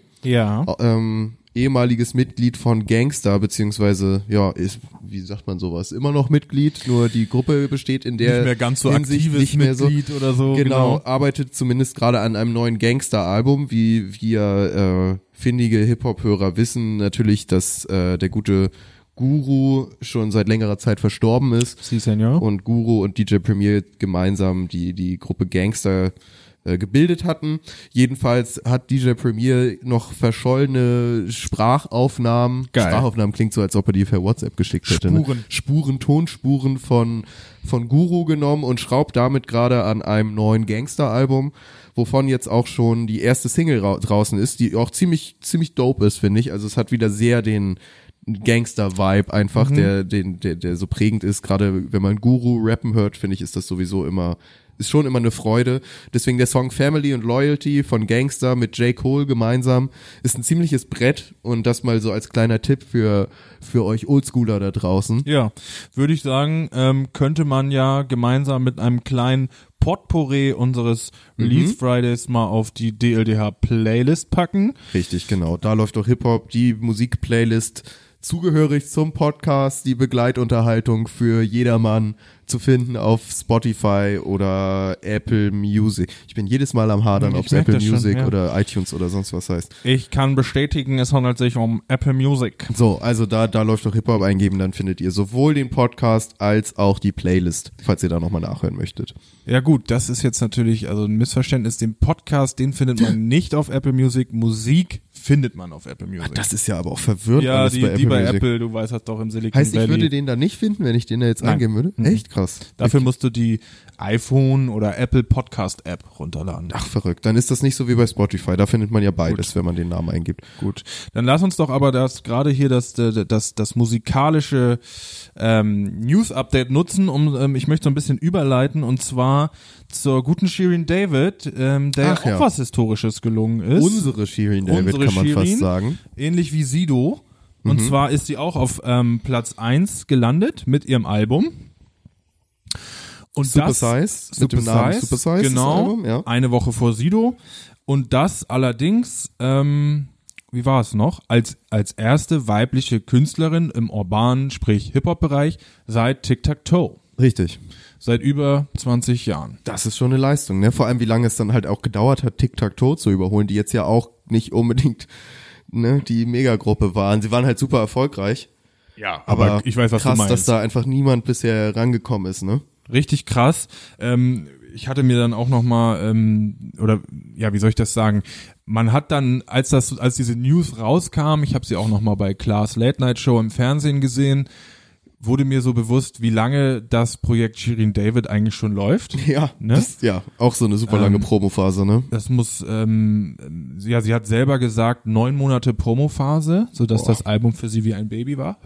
ehemaliges Mitglied von Gangsta, beziehungsweise, ist, wie sagt man sowas, immer noch Mitglied, nur die Gruppe besteht in der nicht mehr ganz so aktives nicht mehr Mitglied oder so. Genau, arbeitet zumindest gerade an einem neuen Gangsta-Album, wie wir findige Hip-Hop-Hörer wissen natürlich, dass der gute Guru schon seit längerer Zeit verstorben ist. Si, Senor. Und Guru und DJ Premier gemeinsam die Gruppe Gangsta gebildet hatten. Jedenfalls hat DJ Premier noch verschollene Sprachaufnahmen. Geil. Sprachaufnahmen klingt so, als ob er die per WhatsApp geschickt hätte. Tonspuren von Guru genommen und schraubt damit gerade an einem neuen Gangster-Album, wovon jetzt auch schon die erste Single draußen ist, die auch ziemlich dope ist, finde ich. Also es hat wieder sehr den Gangster-Vibe einfach, der so prägend ist. Gerade wenn man Guru rappen hört, finde ich, ist das sowieso ist schon immer eine Freude. Deswegen der Song Family and Loyalty von Gangsta mit J. Cole gemeinsam ist ein ziemliches Brett und das mal so als kleiner Tipp für euch Oldschooler da draußen. Ja, würde ich sagen, könnte man ja gemeinsam mit einem kleinen Potpourri unseres Release Fridays mal auf die DLDH Playlist packen. Richtig, genau. Da läuft auch Hip-Hop, die Musik-Playlist zugehörig zum Podcast, die Begleitunterhaltung für jedermann, zu finden auf Spotify oder Apple Music. Ich bin jedes Mal am Hadern, ob es Apple Music oder iTunes oder sonst was heißt. Ich kann bestätigen, es handelt sich um Apple Music. So, also da läuft doch Hip-Hop eingeben, dann findet ihr sowohl den Podcast als auch die Playlist, falls ihr da nochmal nachhören möchtet. Ja gut, das ist jetzt natürlich also ein Missverständnis. Den Podcast, den findet man nicht auf Apple Music. Musik findet man auf Apple Music. Ach, das ist ja aber auch verwirrend. Ja, alles die bei bei Music. Apple, du weißt das doch im Silicon Heißt, Valley. ich würde den da nicht finden, wenn ich den da jetzt Nein. eingeben würde? Echt krass. Dafür musst du die iPhone oder Apple Podcast App runterladen. Ach, verrückt. Dann ist das nicht so wie bei Spotify. Da findet man ja beides, wenn man den Namen eingibt. Gut. Dann lass uns doch aber gerade hier das musikalische News-Update nutzen, ich möchte so ein bisschen überleiten, und zwar zur guten Shirin David, der auch was Historisches gelungen ist. Unsere Shirin David kann man fast sagen. Ähnlich wie Sido. Und zwar ist sie auch auf Platz 1 gelandet mit ihrem Album. Und Super Size, mit dem Namen Super Size, genau, das Album, ja. eine Woche vor Sido. Und das allerdings, wie war es noch, als erste weibliche Künstlerin im urbanen, sprich Hip-Hop-Bereich seit Tic-Tac-Toe. Richtig. Seit über 20 Jahren. Das ist schon eine Leistung, ne? Vor allem, wie lange es dann halt auch gedauert hat, Tic-Tac-Toe zu überholen, die jetzt ja auch nicht unbedingt, ne, die Megagruppe waren. Sie waren halt super erfolgreich. Ja, Aber ich weiß, was krass, du meinst. dass da einfach niemand bisher rangekommen ist, ne? Richtig krass. Ich hatte mir dann auch nochmal, oder ja, wie soll ich das sagen? Man hat dann, als diese News rauskam, ich habe sie auch nochmal bei Klaas Late Night Show im Fernsehen gesehen, wurde mir so bewusst, wie lange das Projekt Shirin David eigentlich schon läuft. Ja, ne? Auch so eine super lange Promophase, ne? Das muss, sie hat selber gesagt, 9 Monate Promophase, sodass das Album für sie wie ein Baby war.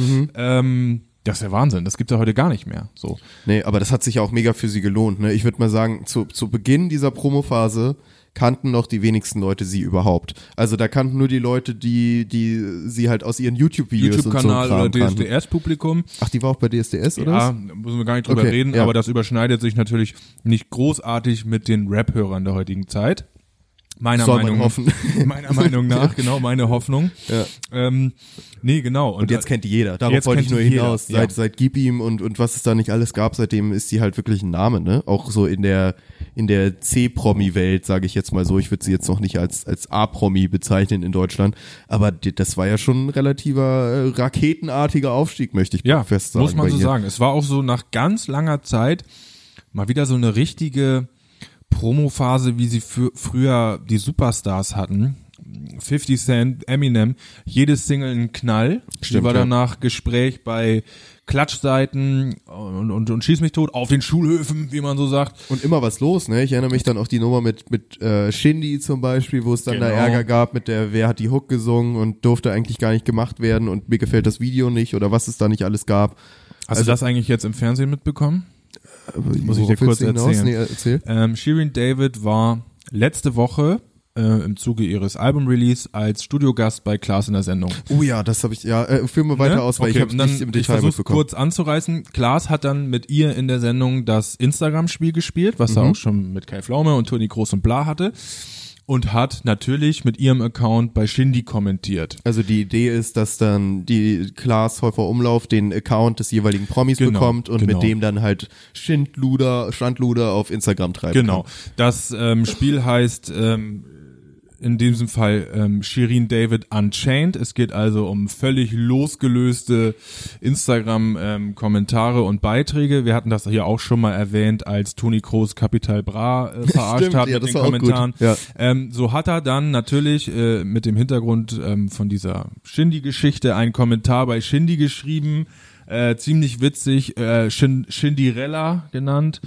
Das ist ja Wahnsinn, das gibt's ja heute gar nicht mehr. So. Nee, aber das hat sich ja auch mega für sie gelohnt, ne? Ich würde mal sagen, zu Beginn dieser Promophase kannten noch die wenigsten Leute sie überhaupt. Also da kannten nur die Leute, die sie halt aus ihren YouTube-Videos und so YouTube-Kanal Kram oder kannten. DSDS-Publikum. Ach, die war auch bei DSDS, oder was? Ja, müssen wir gar nicht drüber Okay, reden, ja. aber das überschneidet sich natürlich nicht großartig mit den Rap-Hörern der heutigen Zeit. Meiner Soll man Meinung hoffen. Meiner Meinung nach, genau, meine Hoffnung. Ja. Nee, genau. Und jetzt kennt die jeder. Darauf jetzt wollte ich kennt nur die jeder, hinaus. ja. Seit Gib ihm und was es da nicht alles gab, seitdem ist sie halt wirklich ein Name, ne? Auch so in der C-Promi-Welt, sage ich jetzt mal so. Ich würde sie jetzt noch nicht als A-Promi bezeichnen in Deutschland. Aber das war ja schon ein relativer raketenartiger Aufstieg, möchte ich fest sagen. Muss man bei so ihr. sagen. Es war auch so nach ganz langer Zeit mal wieder so eine richtige Promophase, wie sie früher die Superstars hatten. 50 Cent, Eminem, jede Single ein Knall. Stimmt, Sie war ja. danach Gespräch bei Klatschseiten und Schieß mich tot auf den Schulhöfen, wie man so sagt. Und immer was los, ne? Ich erinnere mich dann auch die Nummer mit Shindy zum Beispiel, wo es dann da Genau. Ärger gab mit der, wer hat die Hook gesungen und durfte eigentlich gar nicht gemacht werden und mir gefällt das Video nicht oder was es da nicht alles gab. Hast du das eigentlich jetzt im Fernsehen mitbekommen? Muss ich dir Worauf kurz willst du hinaus? erzählen. Nee, erzähl. Shirin David war letzte Woche im Zuge ihres Album-Release als Studiogast bei Klaas in der Sendung. Oh ja, das habe ich, führ mal weiter Ne? aus, weil Okay, ich habe und dann, nicht im ich Detail versuch's mitbekommen. kurz anzureißen. Klaas hat dann mit ihr in der Sendung das Instagram-Spiel gespielt, was er auch schon mit Kai Pflaume und Toni Kroos und Bla hatte. Und hat natürlich mit ihrem Account bei Shindy kommentiert. Also die Idee ist, dass dann die Klaas Häufer Umlauf den Account des jeweiligen Promis bekommt und mit dem dann halt Standluder auf Instagram treiben Genau. kann. Das Spiel heißt in diesem Fall Shirin David Unchained. Es geht also um völlig losgelöste Instagram-Kommentare und Beiträge. Wir hatten das hier auch schon mal erwähnt, als Toni Kroos Capital Bra verarscht Stimmt, hat ja, mit das den war auch gut. Kommentaren. Ja. So hat er dann natürlich mit dem Hintergrund von dieser Shindy-Geschichte einen Kommentar bei Shindy geschrieben, ziemlich witzig, Shindirella genannt.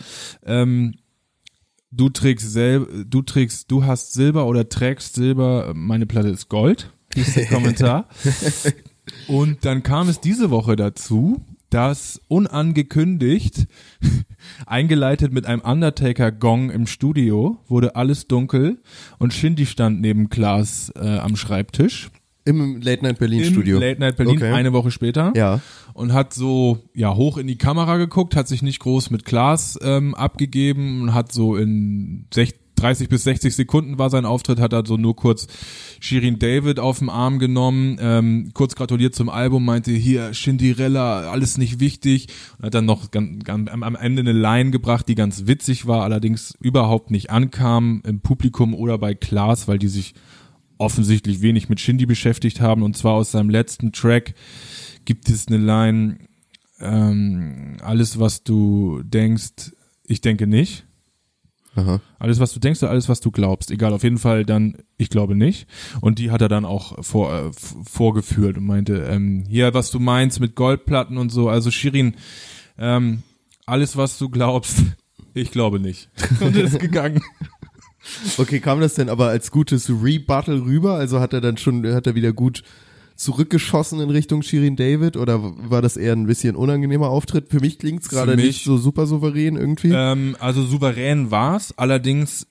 Du hast Silber oder trägst Silber, meine Platte ist Gold, hieß der Kommentar. Und dann kam es diese Woche dazu, dass unangekündigt, eingeleitet mit einem Undertaker-Gong im Studio, wurde alles dunkel und Shindy stand neben Klaas am Schreibtisch. Im Late Night Berlin Studio. Im Late Night Berlin, Okay. eine Woche später. Ja. Und hat so hoch in die Kamera geguckt, hat sich nicht groß mit Klaas abgegeben und hat so in 30 bis 60 Sekunden war sein Auftritt, hat er so nur kurz Shirin David auf den Arm genommen, kurz gratuliert zum Album, meinte, hier, Cinderella, alles nicht wichtig, und hat dann noch am Ende eine Line gebracht, die ganz witzig war, allerdings überhaupt nicht ankam im Publikum oder bei Klaas, weil die sich offensichtlich wenig mit Shindy beschäftigt haben, und zwar aus seinem letzten Track gibt es eine Line, alles, was du denkst, ich denke nicht. Aha. Alles, was du denkst oder alles, was du glaubst. Egal, auf jeden Fall dann, ich glaube nicht. Und die hat er dann auch vorgeführt und meinte, hier, was du meinst mit Goldplatten und so. Also Shirin, alles, was du glaubst, ich glaube nicht. Und ist gegangen. Okay, kam das denn aber als gutes Rebuttal rüber? Also hat er wieder gut zurückgeschossen in Richtung Shirin David, oder war das eher ein bisschen unangenehmer Auftritt? Für mich klingt's gerade nicht so super souverän irgendwie. Also souverän war's, allerdings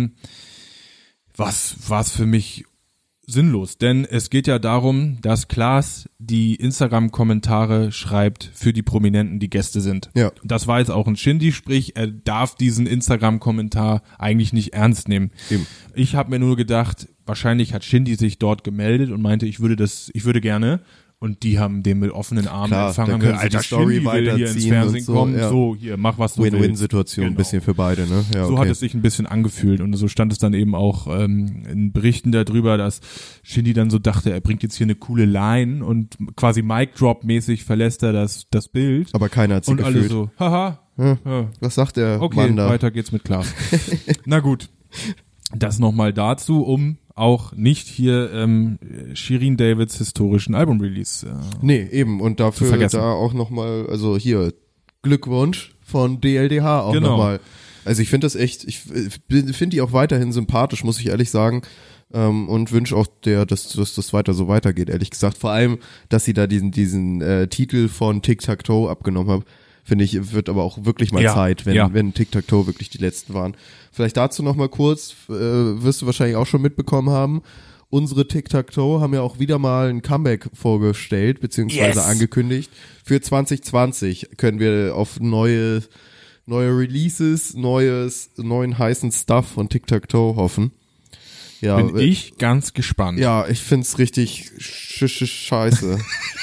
war's für mich sinnlos, denn es geht ja darum, dass Klaas die Instagram-Kommentare schreibt für die Prominenten, die Gäste sind. Ja. Das war jetzt auch ein Shindy, sprich, er darf diesen Instagram-Kommentar eigentlich nicht ernst nehmen. Eben. Ich habe mir nur gedacht, wahrscheinlich hat Shindy sich dort gemeldet und meinte, ich würde gerne. Und die haben den mit offenen Armen Klar, empfangen. dann können sie die Story Shindy will hier ins weiterziehen Fernsehen und so, kommen. ja. So, hier, mach was du willst. Win-Win-Situation, Genau. ein bisschen für beide, ne? Ja, So hat es sich ein bisschen angefühlt, und so stand es dann eben auch in Berichten darüber, dass Shindy dann so dachte, er bringt jetzt hier eine coole Line und quasi Mic-Drop-mäßig verlässt er das Bild. Aber keiner hat sie Und alle gefühlt. so, haha, Ja. ja. Was sagt der Okay, Mann da? weiter geht's mit Klaas. Na gut, das nochmal dazu, um auch nicht hier Shirin Davids historischen Album-Release Nee, eben. Und dafür vergessen. da auch nochmal, also hier, Glückwunsch von DLDH auch Genau. nochmal. Also ich finde das echt, ich finde die auch weiterhin sympathisch, muss ich ehrlich sagen. Und wünsche auch dass das weiter so weitergeht, ehrlich gesagt. Vor allem, dass sie da diesen Titel von Tic-Tac-Toe abgenommen haben. Finde ich, wird aber auch wirklich mal Zeit, wenn Tic-Tac-Toe wirklich die letzten waren. Vielleicht dazu noch mal kurz, wirst du wahrscheinlich auch schon mitbekommen haben, unsere Tic-Tac-Toe haben ja auch wieder mal ein Comeback vorgestellt, beziehungsweise angekündigt. Für 2020 können wir auf neue Releases, neuen heißen Stuff von Tic-Tac-Toe hoffen. Ja, bin ich ganz gespannt. Ja, ich find's richtig scheiße.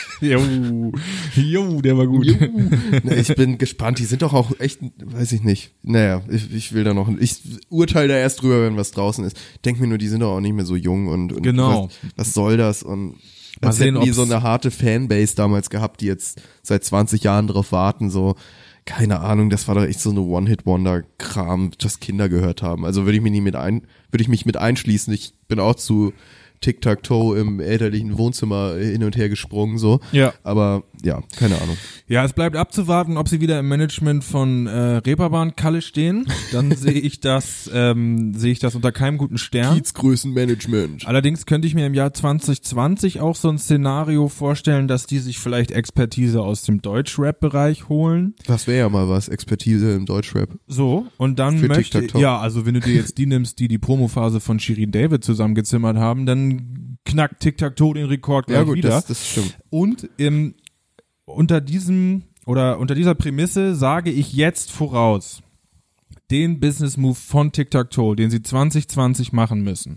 Jo, der war gut. Ich bin gespannt. Die sind doch auch echt, weiß ich nicht. Naja, ich will da noch, ich urteile da erst drüber, wenn was draußen ist. Denk mir nur, die sind doch auch nicht mehr so jung und Genau. Was soll das? Und Mal als sehen, hätten die ob's- so eine harte Fanbase damals gehabt, die jetzt seit 20 Jahren drauf warten, so. Keine Ahnung, das war doch echt so eine One-Hit-Wonder-Kram, das Kinder gehört haben. Also würde ich mich mit einschließen. Ich bin auch zu Tic-Tac-Toe im elterlichen Wohnzimmer hin und her gesprungen, so. Ja. Aber ja, keine Ahnung. Ja, es bleibt abzuwarten, ob sie wieder im Management von Reeperbahn Kalle stehen. Dann sehe ich das unter keinem guten Stern. Kiezgrößenmanagement. Allerdings könnte ich mir im Jahr 2020 auch so ein Szenario vorstellen, dass die sich vielleicht Expertise aus dem Deutschrap-Bereich holen. Das wäre ja mal was, Expertise im Deutschrap. So, und dann Für möchte, Tic-Tac-Toe. ja, also wenn du dir jetzt die nimmst, die Promophase von Shirin David zusammengezimmert haben, dann knackt Tic-Tac-Toe den Rekord gleich Ja gut, wieder. das stimmt. Und unter dieser Prämisse sage ich jetzt voraus, den Business Move von Tic-Tac-Toe, den sie 2020 machen müssen.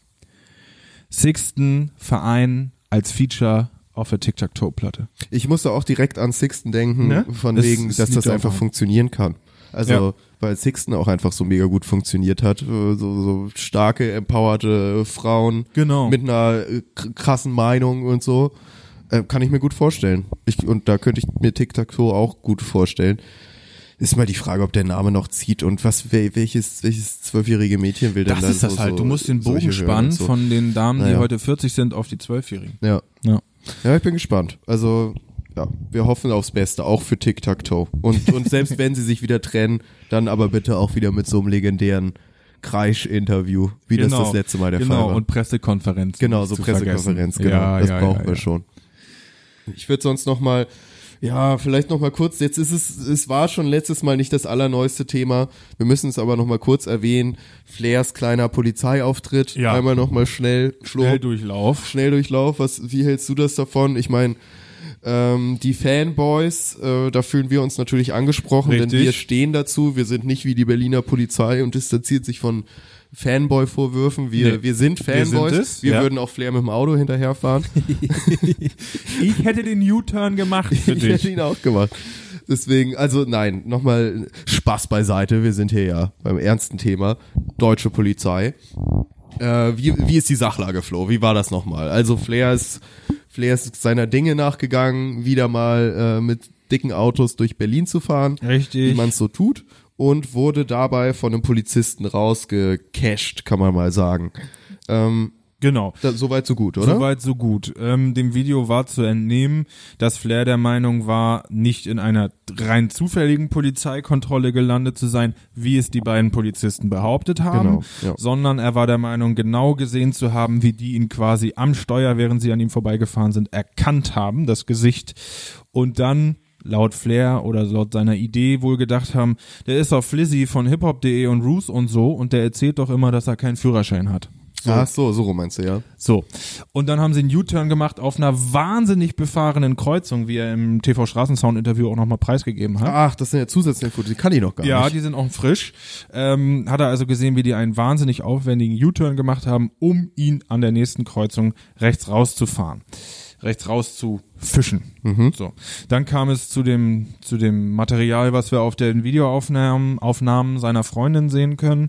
Sixten Verein als Feature auf der Tic-Tac-Toe-Platte. Ich musste auch direkt an Sixten denken, Ne? von Das wegen, ist dass nicht das einfach aufmachen. funktionieren kann. Also, Ja. weil Sixten auch einfach so mega gut funktioniert hat. So starke, empowerte Frauen Genau. mit einer krassen Meinung und so. Kann ich mir gut vorstellen. Und da könnte ich mir Tic-Tac-Toe auch gut vorstellen. Ist mal die Frage, ob der Name noch zieht und welches 12-jährige Mädchen will denn Das dann ist das so, halt. Du musst den solche Bogen hören spannen und so. von den Damen, die Naja. heute 40 sind, auf die 12-Jährigen. Ja. Ja. Ja, ich bin gespannt. Also, ja, wir hoffen aufs Beste, auch für Tic-Tac-Toe. Und selbst wenn sie sich wieder trennen, dann aber bitte auch wieder mit so einem legendären Kreisch-Interview, wie das letzte Mal der Fall war. Und Pressekonferenz. Genau, nicht so zu Pressekonferenz, vergessen. genau. Ja, das ja, brauchen ja, wir ja. schon. Ich würde sonst noch mal, vielleicht noch mal kurz, jetzt ist es war schon letztes Mal nicht das allerneueste Thema, wir müssen es aber noch mal kurz erwähnen, Flairs kleiner Polizeiauftritt, Ja. einmal noch mal schnell Schnelldurchlauf. Schnelldurchlauf, wie hältst du das davon? Ich meine, Die Fanboys, da fühlen wir uns natürlich angesprochen, denn Richtig. wir stehen dazu. Wir sind nicht wie die Berliner Polizei und distanziert sich von Fanboy-Vorwürfen. Wir sind Fanboys. sind es, Wir ja. würden auch Flair mit dem Auto hinterherfahren. Ich hätte den U-Turn gemacht für Ich hätte dich. ihn auch gemacht. Deswegen, also nein, nochmal Spaß beiseite. Wir sind hier ja beim ernsten Thema. Deutsche Polizei. Wie ist die Sachlage, Flo? Wie war das nochmal? Also Flair ist seiner Dinge nachgegangen, wieder mal mit dicken Autos durch Berlin zu fahren. Richtig. Wie man es so tut. Und wurde dabei von einem Polizisten rausgecasht, kann man mal sagen. Genau. Soweit so gut, oder? Soweit so gut. Dem Video war zu entnehmen, dass Flair der Meinung war, nicht in einer rein zufälligen Polizeikontrolle gelandet zu sein, wie es die beiden Polizisten behauptet haben, Genau, ja. sondern er war der Meinung, genau gesehen zu haben, wie die ihn quasi am Steuer, während sie an ihm vorbeigefahren sind, erkannt haben, das Gesicht, und dann laut Flair oder laut seiner Idee wohl gedacht haben, der ist doch Flizzy von hiphop.de und Roos und so, und der erzählt doch immer, dass er keinen Führerschein hat. Ach so rum meinst du, ja. So. Und dann haben sie einen U-Turn gemacht auf einer wahnsinnig befahrenen Kreuzung, wie er im TV-Straßensound-Interview auch nochmal preisgegeben hat. Ach, das sind ja zusätzliche Fotos, die kann ich noch gar Ja, nicht. die sind auch frisch. Hat er also gesehen, wie die einen wahnsinnig aufwendigen U-Turn gemacht haben, um ihn an der nächsten Kreuzung rechts rauszufahren. Rechts raus zu fischen. So. Dann kam es zu dem Material, was wir auf den Videoaufnahmen seiner Freundin sehen können.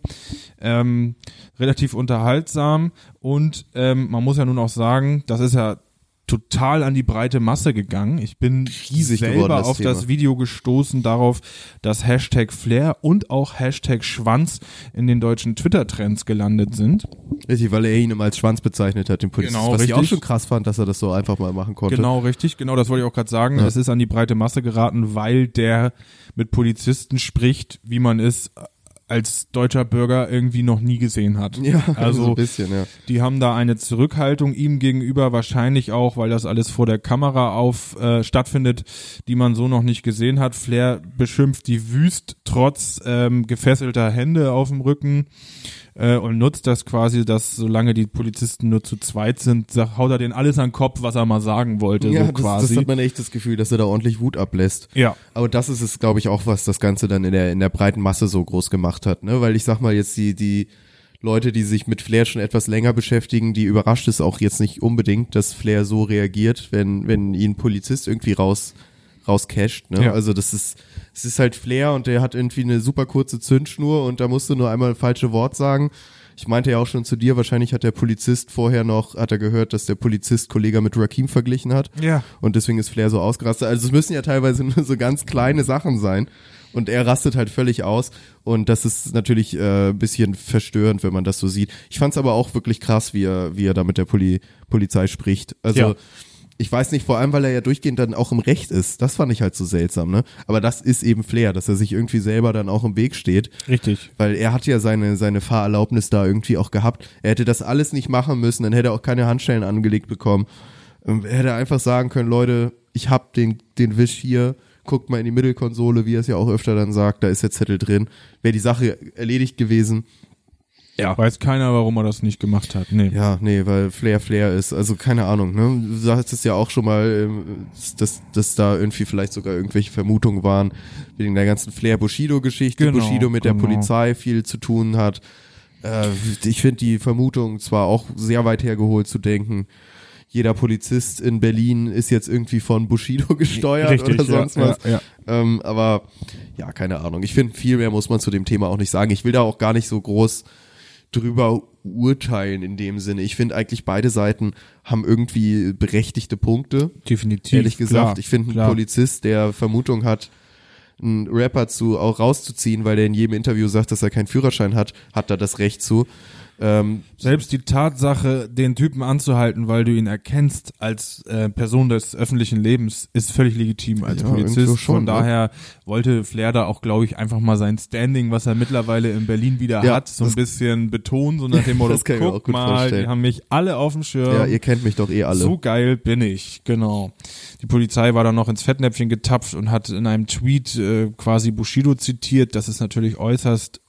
Relativ unterhaltsam, und man muss ja nun auch sagen, das ist ja total an die breite Masse gegangen. Ich bin Riesig geworden, selber das auf Thema. das Video gestoßen darauf, dass Hashtag Flair und auch Hashtag Schwanz in den deutschen Twitter-Trends gelandet sind. Richtig, weil er ihn immer als Schwanz bezeichnet hat, den Polizisten. Genau, was ich auch richtig. schon krass fand, dass er das so einfach mal machen konnte. Genau, richtig. Genau, das wollte ich auch gerade sagen. Ja. Es ist an die breite Masse geraten, weil der mit Polizisten spricht, wie man es als deutscher Bürger irgendwie noch nie gesehen hat. Ja, so also ein bisschen, ja. die haben da eine Zurückhaltung ihm gegenüber, wahrscheinlich auch, weil das alles vor der Kamera stattfindet, die man so noch nicht gesehen hat. Flair beschimpft die wüst, trotz gefesselter Hände auf dem Rücken, und nutzt das quasi, dass solange die Polizisten nur zu zweit sind, haut er denen alles an den Kopf, was er mal sagen wollte, Ja, so quasi. das hat man echt das Gefühl, dass er da ordentlich Wut ablässt. Ja. Aber das ist es, glaube ich, auch, was das Ganze dann in der breiten Masse so groß gemacht hat, ne? Weil ich sag mal jetzt, die Leute, die sich mit Flair schon etwas länger beschäftigen, die überrascht es auch jetzt nicht unbedingt, dass Flair so reagiert, wenn ihn ein Polizist irgendwie rauscasht, ne? Ja. Also es ist halt Flair, und der hat irgendwie eine super kurze Zündschnur, und da musst du nur einmal falsche Wort sagen. Ich meinte ja auch schon zu dir, wahrscheinlich hat der Polizist hat er gehört, dass der Polizist Kollega mit Rakim verglichen hat. Ja. Und deswegen ist Flair so ausgerastet. Also es müssen ja teilweise nur so ganz kleine Sachen sein. Und er rastet halt völlig aus. Und das ist natürlich ein bisschen verstörend, wenn man das so sieht. Ich fand's aber auch wirklich krass, wie er da mit der Polizei spricht. Also Ja. Ich weiß nicht, vor allem, weil er ja durchgehend dann auch im Recht ist. Das fand ich halt so seltsam, ne? Aber das ist eben Flair, dass er sich irgendwie selber dann auch im Weg steht. Richtig. Weil er hat ja seine Fahrerlaubnis da irgendwie auch gehabt. Er hätte das alles nicht machen müssen, dann hätte er auch keine Handschellen angelegt bekommen. Er hätte einfach sagen können, Leute, ich hab den Wisch hier, guckt mal in die Mittelkonsole, wie er es ja auch öfter dann sagt, da ist der Zettel drin. Wäre die Sache erledigt gewesen. Ja. Weiß keiner, warum er das nicht gemacht hat. Nee. Ja, nee, weil Flair ist, also keine Ahnung, ne? Du sagst es ja auch schon mal, dass da irgendwie vielleicht sogar irgendwelche Vermutungen waren, wegen der ganzen Flair-Bushido-Geschichte, Genau, Bushido mit der genau. Polizei viel zu tun hat. Ich finde die Vermutung zwar auch sehr weit hergeholt zu denken, jeder Polizist in Berlin ist jetzt irgendwie von Bushido gesteuert Richtig, oder sonst was. Ja. Aber ja, keine Ahnung. Ich finde, viel mehr muss man zu dem Thema auch nicht sagen. Ich will da auch gar nicht so groß drüber urteilen in dem Sinne. Ich finde eigentlich, beide Seiten haben irgendwie berechtigte Punkte. Definitiv. Ehrlich gesagt, klar, ich finde, ein klar. Polizist, der Vermutung hat, einen Rapper auch rauszuziehen, weil der in jedem Interview sagt, dass er keinen Führerschein hat da das Recht zu. Selbst die Tatsache, den Typen anzuhalten, weil du ihn erkennst als Person des öffentlichen Lebens, ist völlig legitim als Ja, irgendwo Polizist. schon, Von ne? daher wollte Flair da auch, glaube ich, einfach mal sein Standing, was er mittlerweile in Berlin wieder Ja, hat, so ein bisschen betonen, so nach dem Motto, das kann ich mir auch guck gut mal, vorstellen. die haben mich alle auf dem Schirm. Ja, ihr kennt mich doch eh alle. So geil bin ich, genau. Die Polizei war dann noch ins Fettnäpfchen getapft und hat in einem Tweet quasi Bushido zitiert. Das ist natürlich äußerst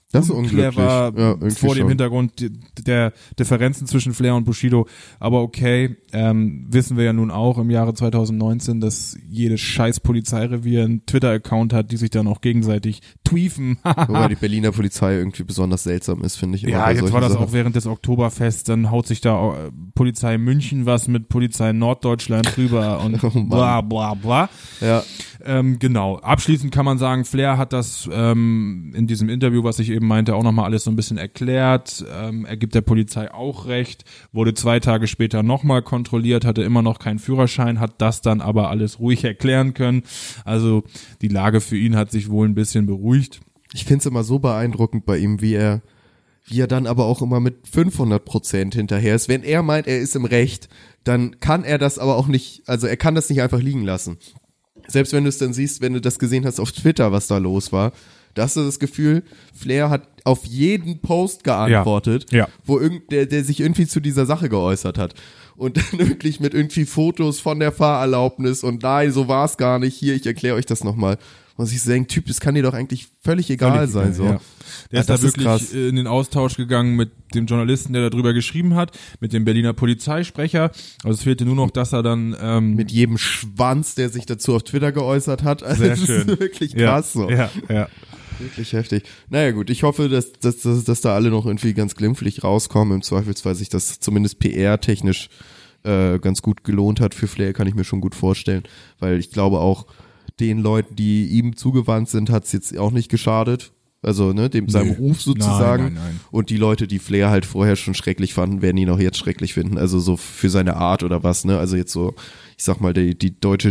Das ist unglücklich. Clever Ja, irgendwie vor dem schon. Hintergrund der Differenzen zwischen Flair und Bushido. Aber okay, wissen wir ja nun auch im Jahre 2019, dass jedes scheiß Polizeirevier einen Twitter-Account hat, die sich dann auch gegenseitig tweefen. Wobei die Berliner Polizei irgendwie besonders seltsam ist, finde ich. Immer Ja, bei jetzt solchen war das Sachen. auch während des Oktoberfests, dann haut sich da Polizei München was mit Polizei Norddeutschland drüber und Oh Mann. bla bla bla. Ja, Genau. Abschließend kann man sagen, Flair hat das in diesem Interview, was ich eben meinte, auch nochmal alles so ein bisschen erklärt. Er gibt der Polizei auch recht, wurde 2 Tage später nochmal kontrolliert, hatte immer noch keinen Führerschein, hat das dann aber alles ruhig erklären können. Also die Lage für ihn hat sich wohl ein bisschen beruhigt. ich finde es immer so beeindruckend bei ihm, wie er dann aber auch immer mit 500% hinterher ist. Wenn er meint, er ist im Recht, dann kann er das aber auch nicht, also er kann das nicht einfach liegen lassen. Selbst wenn du es dann siehst, wenn du das gesehen hast auf Twitter, was da los war, da hast du das Gefühl, Flair hat auf jeden Post geantwortet, Ja. wo der sich irgendwie zu dieser Sache geäußert hat. Und dann wirklich mit irgendwie Fotos von der Fahrerlaubnis und nein, so war es gar nicht, hier, ich erkläre euch das nochmal. Und sich so denkt, Typ, das kann dir doch eigentlich völlig egal sein. So. Ja. Der ist da das ist wirklich krass. in den Austausch gegangen mit dem Journalisten, der darüber geschrieben hat, mit dem Berliner Polizeisprecher. Also es fehlte nur noch, dass er dann Mit jedem Schwanz, der sich dazu auf Twitter geäußert hat. Also Sehr das schön. ist wirklich krass so. Ja. Wirklich heftig. Naja gut, ich hoffe, dass da alle noch irgendwie ganz glimpflich rauskommen. Im Zweifelsfall sich das zumindest PR-technisch ganz gut gelohnt hat für Flair, kann ich mir schon gut vorstellen. Weil ich glaube auch, den Leuten, die ihm zugewandt sind, hat es jetzt auch nicht geschadet. Also seinem Ruf sozusagen. Nein. Und die Leute, die Flair halt vorher schon schrecklich fanden, werden ihn auch jetzt schrecklich finden. Also so für seine Art oder was, ne? Also jetzt so, ich sag mal, die deutsche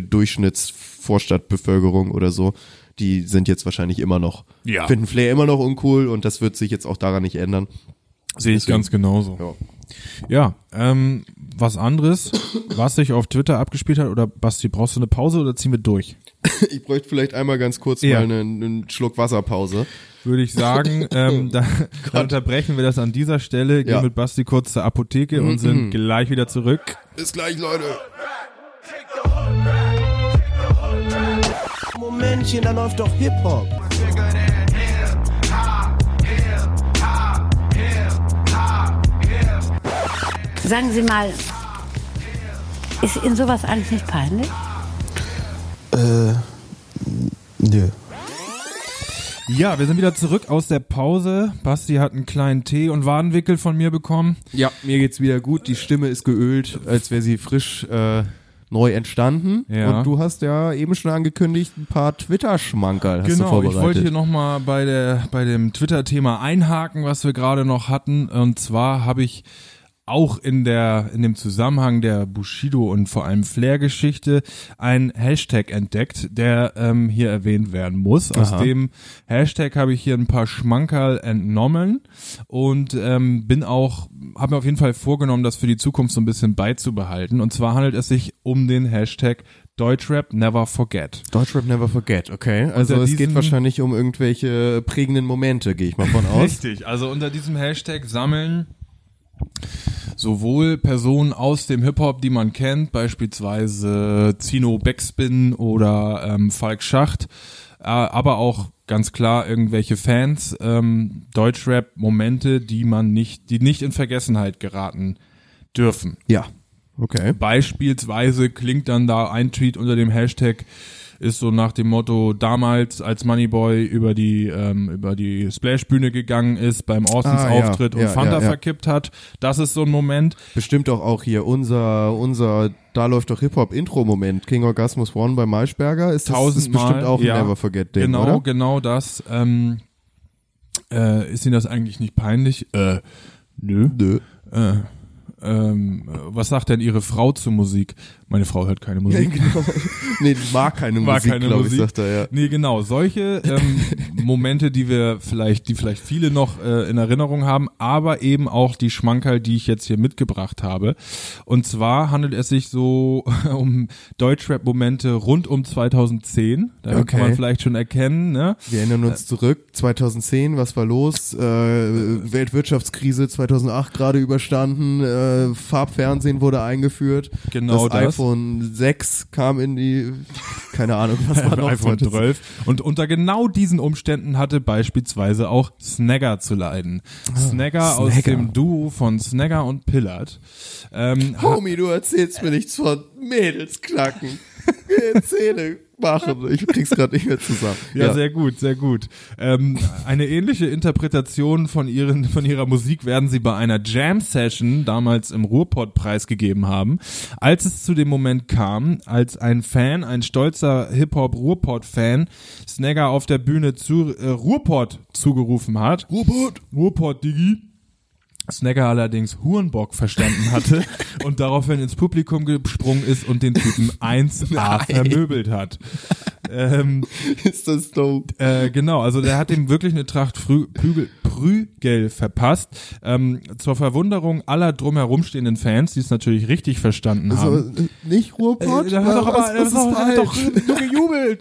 Durchschnittsvorstadtbevölkerung oder so, die sind jetzt wahrscheinlich immer noch, finden Flair immer noch uncool und das wird sich jetzt auch daran nicht ändern. Sehe ich Deswegen- ganz genauso. Ja. Ja, was anderes, was sich auf Twitter abgespielt hat, oder Basti, brauchst du eine Pause oder ziehen wir durch? Ich bräuchte vielleicht einmal ganz kurz Ja. mal einen Schluck Wasserpause. Würde ich sagen, dann unterbrechen wir das an dieser Stelle, gehen Ja. mit Basti kurz zur Apotheke und sind gleich wieder zurück. Bis gleich, Leute. Momentchen, da läuft doch Hip-Hop. Sagen Sie mal, ist Ihnen sowas eigentlich nicht peinlich? Nö. Ja, wir sind wieder zurück aus der Pause. Basti hat einen kleinen Tee und Wadenwickel von mir bekommen. Ja, mir geht's wieder gut. Die Stimme ist geölt, als wäre sie frisch neu entstanden. Ja. Und du hast ja eben schon angekündigt, ein paar Twitter-Schmankerl hast du Genau, vorbereitet. ich wollte hier nochmal bei dem Twitter-Thema einhaken, was wir gerade noch hatten. Und zwar habe ich auch in dem Zusammenhang der Bushido und vor allem Flair-Geschichte einen Hashtag entdeckt, der hier erwähnt werden muss. Aus Aha. dem Hashtag habe ich hier ein paar Schmankerl entnommen und habe mir auf jeden Fall vorgenommen, das für die Zukunft so ein bisschen beizubehalten. Und zwar handelt es sich um den Hashtag Deutschrap Never Forget. Deutschrap Never Forget, okay. Also Unter es geht diesen- wahrscheinlich um irgendwelche prägenden Momente, gehe ich mal von aus. Richtig, also unter diesem Hashtag sammeln sowohl Personen aus dem Hip-Hop, die man kennt, beispielsweise Zino Backspin oder Falk Schacht, aber auch ganz klar irgendwelche Fans, Deutschrap-Momente, die nicht in Vergessenheit geraten dürfen. Ja, okay. Beispielsweise klingt dann da ein Tweet unter dem Hashtag, ist so nach dem Motto, damals als Moneyboy über die Splash-Bühne gegangen ist, beim Austins Ah, ja, Auftritt und ja, Fanta ja, ja. verkippt hat. Das ist so ein Moment. Bestimmt auch hier unser da läuft doch Hip-Hop-Intro-Moment, King Orgasmus One bei Maischberger. Ist bestimmt auch ein ja, Never Forget-Ding, genau, oder? Genau das. Ist Ihnen das eigentlich nicht peinlich? Nö. Nö. Was sagt denn Ihre Frau zur Musik? Meine Frau hört keine Musik. Genau. Nee, die mag keine Musik, glaube ich, sagt er, ja. Nee, genau. Solche Momente, die vielleicht viele noch in Erinnerung haben, aber eben auch die Schmankerl, die ich jetzt hier mitgebracht habe. Und zwar handelt es sich so um Deutschrap-Momente rund um 2010. Da kann man vielleicht schon erkennen, ne? Wir erinnern uns zurück, 2010, was war los? Weltwirtschaftskrise 2008 gerade überstanden, Farbfernsehen wurde eingeführt. Genau das. iPhone 6 kam in die, keine Ahnung, was war noch? iPhone 12. Und unter genau diesen Umständen hatte beispielsweise auch Snagger zu leiden. Snagger aus dem Duo von Snagger und Pillard. Homie, du erzählst mir nichts von Mädels knacken. Zähne machen. Ich krieg's gerade nicht mehr zusammen. Ja, sehr gut, sehr gut. Eine ähnliche Interpretation von ihrer Musik werden sie bei einer Jam-Session damals im Ruhrpott preisgegeben haben, als es zu dem Moment kam, als ein stolzer Hip-Hop-Ruhrpott-Fan Snagger auf der Bühne zu Ruhrpott zugerufen hat. Ruhrpott, Digi. Snagger allerdings Hurenbock verstanden hatte und daraufhin ins Publikum gesprungen ist und den Typen 1A vermöbelt hat. Ist das dope? Genau, also der hat ihm wirklich eine Tracht Prügel verpasst. Zur Verwunderung aller drumherum stehenden Fans, die es natürlich richtig verstanden haben. Nicht Ruhrpott? Der hat doch nur gejubelt.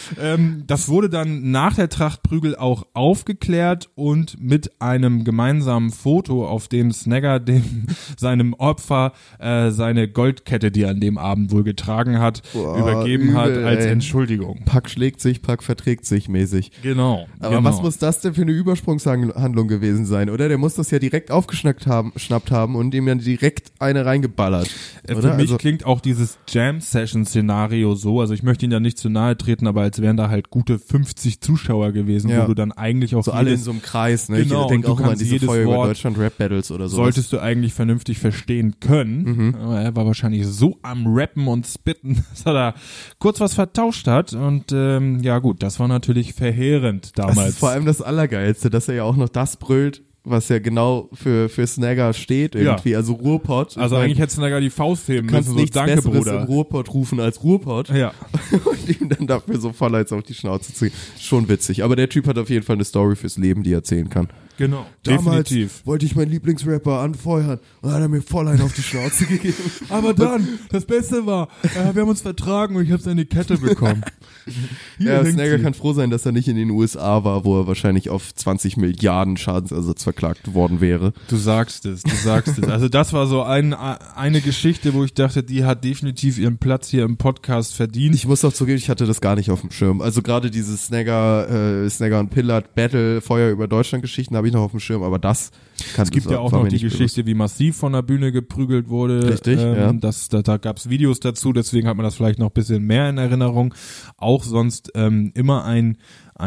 Das wurde dann nach der Tracht Prügel auch aufgeklärt und mit einem gemeinsamen Foto, auf dem Snagger seinem Opfer seine Goldkette, die er an dem Abend wohl getragen hat, übergeben hat als Entschuldigung. Pack schlägt sich, Pack verträgt sich mäßig. Genau. Aber was muss das denn für eine Übersprungshandlung gewesen sein, oder? Der muss das ja direkt aufgeschnappt haben und ihm dann direkt eine reingeballert. Für mich klingt auch dieses Jam-Session-Szenario so, also ich möchte ihn ja nicht zu nahe treten, aber als wären da halt gute 50 Zuschauer gewesen, wo du dann eigentlich auch so alle in so einem Kreis, ne? Genau, ich denke auch immer an diese Feuer über Deutschland Rap-Battles oder so. Solltest du eigentlich vernünftig verstehen können. Aber er war wahrscheinlich so am Rappen und Spitten, dass er da kurz was vertauscht hat. Und ja gut, das war natürlich verheerend damals. Das ist vor allem das Allergeilste, dass er ja auch noch das brüllt, was ja genau für Snagger steht irgendwie, also Ruhrpott. Also eigentlich hätte Snagger die Faust heben müssen, so nichts danke Besseres Bruder. im Ruhrpott rufen als Ruhrpott. Ja. Und ihm dann dafür so voll als auf die Schnauze zu gehen. Schon witzig. Aber der Typ hat auf jeden Fall eine Story fürs Leben, die er erzählen kann. Genau, Damals definitiv. wollte ich meinen Lieblingsrapper anfeuern und hat er mir voll einen auf die Schnauze gegeben. Aber dann, das Beste war, wir haben uns vertragen und ich habe seine Kette bekommen. Ja, Snagger kann froh sein, dass er nicht in den USA war, wo er wahrscheinlich auf 20 Milliarden Schadensersatz verklagt worden wäre. Du sagst es. Also das war so eine Geschichte, wo ich dachte, die hat definitiv ihren Platz hier im Podcast verdient. Ich muss auch zugeben, ich hatte das gar nicht auf dem Schirm. Also gerade diese Snagger und Pillard Battle, Feuer über Deutschland Geschichten habe ich noch auf dem Schirm, aber das kann es gibt ja auch noch die Geschichte, wie Massiv von der Bühne geprügelt wurde. Richtig, ja. Da gab es Videos dazu, deswegen hat man das vielleicht noch ein bisschen mehr in Erinnerung. Auch sonst immer ein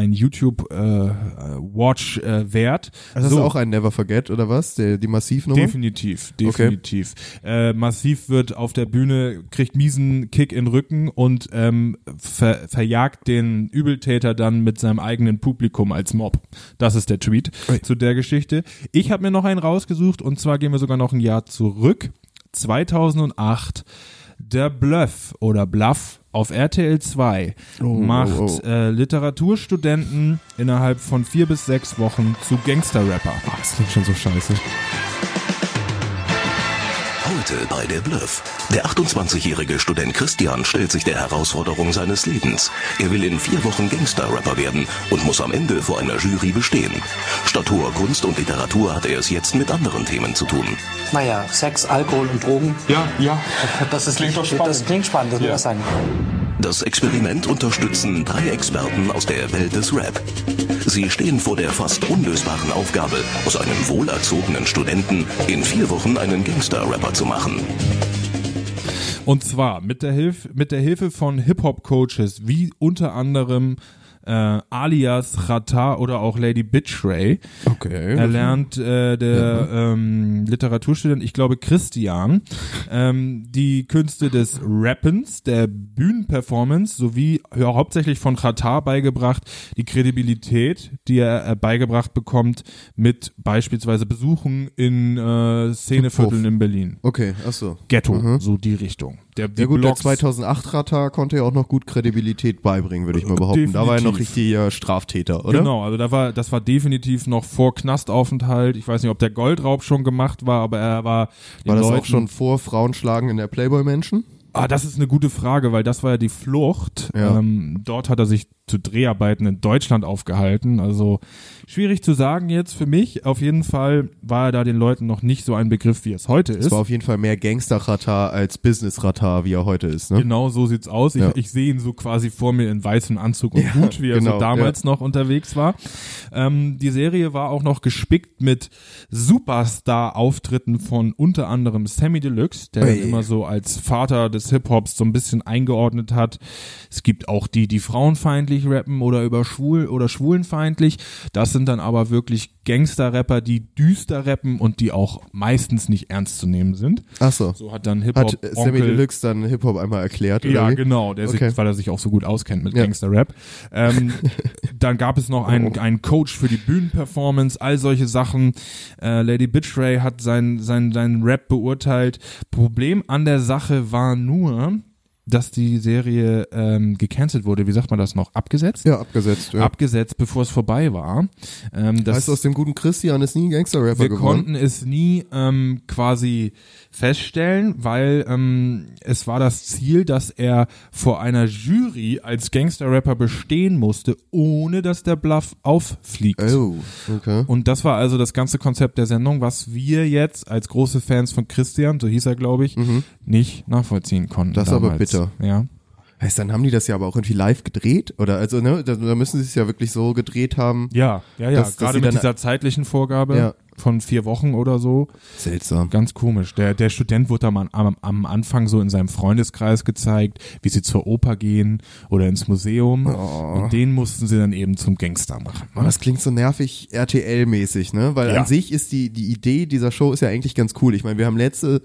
YouTube-Watch wert. Also das ist auch ein Never Forget, oder was? Die Massiv-Nummer? Definitiv. Massiv wird auf der Bühne, kriegt miesen Kick in den Rücken und verjagt den Übeltäter dann mit seinem eigenen Publikum als Mob. Das ist der Tweet zu der Geschichte. Ich habe mir noch einen rausgesucht und zwar gehen wir sogar noch ein Jahr zurück. 2008. Der Bluff oder Bluff auf RTL 2 macht Literaturstudenten innerhalb von 4 bis 6 Wochen zu Gangster-Rapper. Oh, das klingt schon so scheiße. Heute bei der Bluff. Der 28-jährige Student Christian stellt sich der Herausforderung seines Lebens. Er will in 4 Wochen Gangster-Rapper werden und muss am Ende vor einer Jury bestehen. Statt hoher Kunst und Literatur hat er es jetzt mit anderen Themen zu tun. Naja, Sex, Alkohol und Drogen. Ja. Das klingt doch spannend. Das klingt spannend, das muss das sein. Das Experiment unterstützen 3 Experten aus der Welt des Rap. Sie stehen vor der fast unlösbaren Aufgabe, aus einem wohlerzogenen Studenten in 4 Wochen einen Gangster-Rapper zu machen. Und zwar mit der Hilfe von Hip-Hop-Coaches wie unter anderem alias Chata oder auch Lady Bitchray. Okay. Er lernt der Literaturstudent, ich glaube Christian, die Künste des Rappens, der Bühnenperformance sowie hauptsächlich von Chata beigebracht, die Kredibilität, die er beigebracht bekommt mit beispielsweise Besuchen in Szenevierteln in Berlin. Okay, achso. Ghetto, so die Richtung. Der 2008-Rata konnte ja auch noch gut Kredibilität beibringen, würde ich mal behaupten. Definitiv. Da war er noch richtiger Straftäter, oder? Genau, also das war definitiv noch vor Knastaufenthalt. Ich weiß nicht, ob der Goldraub schon gemacht war, aber er war das auch schon vor Frauenschlagen in der Playboy-Menschen? Das ist eine gute Frage, weil das war ja die Flucht. Ja. Dort hat er sich zu Dreharbeiten in Deutschland aufgehalten. Also schwierig zu sagen jetzt für mich. Auf jeden Fall war er da den Leuten noch nicht so ein Begriff, wie es heute ist. Es war auf jeden Fall mehr Gangster-Ratar als Business-Ratar, wie er heute ist. Ne? Genau, so sieht's aus. Ich sehe ihn so quasi vor mir in weißem Anzug und Hut, wie er so damals noch unterwegs war. Die Serie war auch noch gespickt mit Superstar-Auftritten von unter anderem Sammy Deluxe, der ihn immer so als Vater des Hip-Hops so ein bisschen eingeordnet hat. Es gibt auch die frauenfeindlich rappen oder über schwulenfeindlich. Das sind dann aber wirklich Gangster-Rapper, die düster rappen und die auch meistens nicht ernst zu nehmen sind. Ach so. So hat dann Hip-Hop Hat Sammy Deluxe dann Hip-Hop einmal erklärt? Oder ja, wie? genau, weil er sich auch so gut auskennt mit Gangster-Rap. Dann gab es noch einen Coach für die Bühnenperformance, all solche Sachen. Lady Bitchray hat seinen Rap beurteilt. Problem an der Sache war nur, dass die Serie gecancelt wurde. Wie sagt man das noch? Abgesetzt? Ja, abgesetzt. Ja. Abgesetzt, bevor es vorbei war. Heißt, aus dem guten Christian ist nie ein Gangster-Rapper geworden? Wir konnten es nie quasi feststellen, weil es war das Ziel, dass er vor einer Jury als Gangster-Rapper bestehen musste, ohne dass der Bluff auffliegt. Oh, okay. Und das war also das ganze Konzept der Sendung, was wir jetzt als große Fans von Christian, so hieß er, glaube ich, nicht nachvollziehen konnten. Das ist aber bitter. Ja. Heißt, dann haben die das ja aber auch irgendwie live gedreht? Oder also, ne, da müssen sie es ja wirklich so gedreht haben. Ja. Dass Gerade sie mit dann, dieser zeitlichen Vorgabe von 4 Wochen oder so. Seltsam. Ganz komisch. Der Student wurde am Anfang so in seinem Freundeskreis gezeigt, wie sie zur Oper gehen oder ins Museum. Und den mussten sie dann eben zum Gangster machen. Oh, das klingt so nervig RTL-mäßig, ne? Weil an sich ist die Idee dieser Show ist ja eigentlich ganz cool. Ich meine, wir haben letzte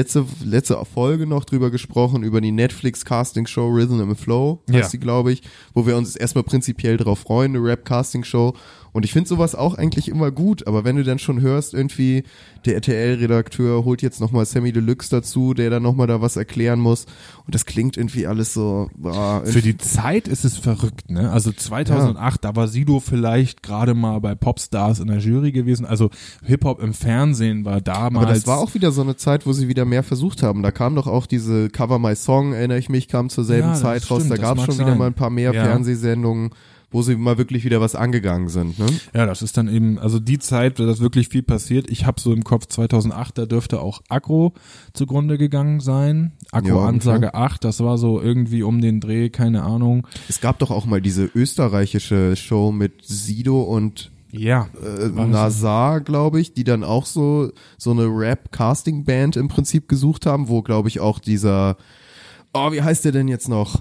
Folge noch drüber gesprochen, über die Netflix-Casting-Show Rhythm and Flow, heißt die, glaube ich, wo wir uns erstmal prinzipiell drauf freuen, eine Rap-Casting-Show. Und ich finde sowas auch eigentlich immer gut, aber wenn du dann schon hörst, irgendwie der RTL-Redakteur holt jetzt nochmal Sammy Deluxe dazu, der dann nochmal da was erklären muss und das klingt irgendwie alles so... Für die Zeit ist es verrückt, ne? Also 2008, da war Sido vielleicht gerade mal bei Popstars in der Jury gewesen, also Hip-Hop im Fernsehen war damals... Aber das war auch wieder so eine Zeit, wo sie wieder mehr versucht haben. Da kam doch auch diese Cover My Song, erinnere ich mich, kam zur selben Zeit raus, da gab es schon wieder mal ein paar mehr Fernsehsendungen, wo sie mal wirklich wieder was angegangen sind, ne? Ja, das ist dann eben, also die Zeit, wo das wirklich viel passiert. Ich habe so im Kopf 2008, da dürfte auch Agro zugrunde gegangen sein. Agro-Ansage 8, das war so irgendwie um den Dreh, keine Ahnung. Es gab doch auch mal diese österreichische Show mit Sido und Nazar, glaube ich, die dann auch so eine Rap-Casting-Band im Prinzip gesucht haben, wo, glaube ich, auch dieser, wie heißt der denn jetzt noch?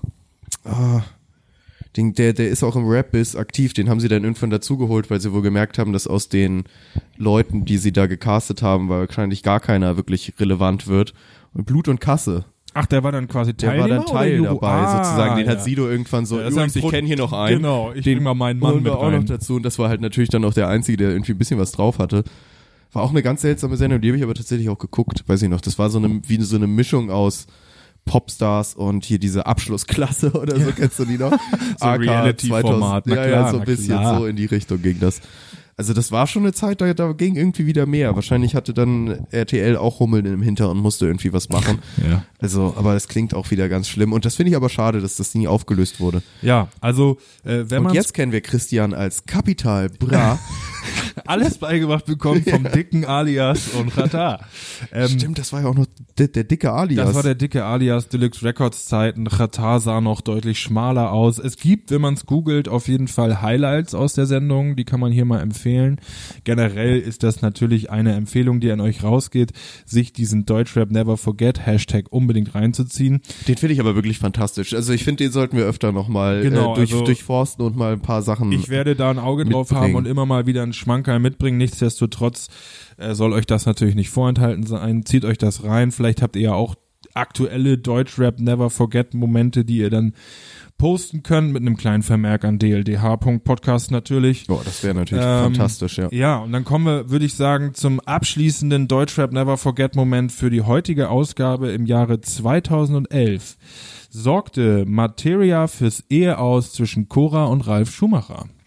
Der ist auch im Rap-Biz aktiv, den haben sie dann irgendwann dazugeholt, weil sie wohl gemerkt haben, dass aus den Leuten, die sie da gecastet haben, wahrscheinlich gar keiner wirklich relevant wird. Und Blut und Kasse. Ach, der war dann quasi Teil dabei, sozusagen. Den hat Sido irgendwann so, übrigens, ich kenne hier noch einen. Genau, ich bring mal meinen Mann mit auch rein. noch dazu. Und das war halt natürlich dann auch der Einzige, der irgendwie ein bisschen was drauf hatte. War auch eine ganz seltsame Sendung, die habe ich aber tatsächlich auch geguckt, weiß ich noch. Das war wie so eine Mischung aus Popstars und hier diese Abschlussklasse oder so, kennst du die noch? So ein Reality-Format, so ein bisschen so in die Richtung ging das. Also das war schon eine Zeit, da ging irgendwie wieder mehr. Wahrscheinlich hatte dann RTL auch Hummeln im Hintern und musste irgendwie was machen. Ja. Also, aber das klingt auch wieder ganz schlimm. Und das finde ich aber schade, dass das nie aufgelöst wurde. Ja, also wenn man... Und jetzt kennen wir Christian als Capital Bra. Alles beigebracht bekommen vom dicken Alias und Ratar. Stimmt, das war ja auch noch der dicke Alias. Das war der dicke Alias, Deluxe Records Zeiten. Ratar sah noch deutlich schmaler aus. Es gibt, wenn man es googelt, auf jeden Fall Highlights aus der Sendung. Die kann man hier mal empfehlen. Generell ist das natürlich eine Empfehlung, die an euch rausgeht, sich diesen Deutschrap Never Forget Hashtag unbedingt reinzuziehen. Den finde ich aber wirklich fantastisch. Also ich finde, den sollten wir öfter nochmal durchforsten und mal ein paar Sachen. Ich werde da ein Auge drauf haben und immer mal wieder einen Schmankerl mitbringen. Nichtsdestotrotz soll euch das natürlich nicht vorenthalten sein. Zieht euch das rein. Vielleicht habt ihr ja auch aktuelle Deutschrap Never Forget Momente, die ihr dann posten könnt mit einem kleinen Vermerk an dldh.podcast natürlich. Oh, das wäre natürlich fantastisch, ja. Ja, und dann kommen wir, würde ich sagen, zum abschließenden Deutschrap Never Forget Moment für die heutige Ausgabe im Jahre 2011. Sorgte Materia fürs Eheaus zwischen Cora und Ralf Schumacher.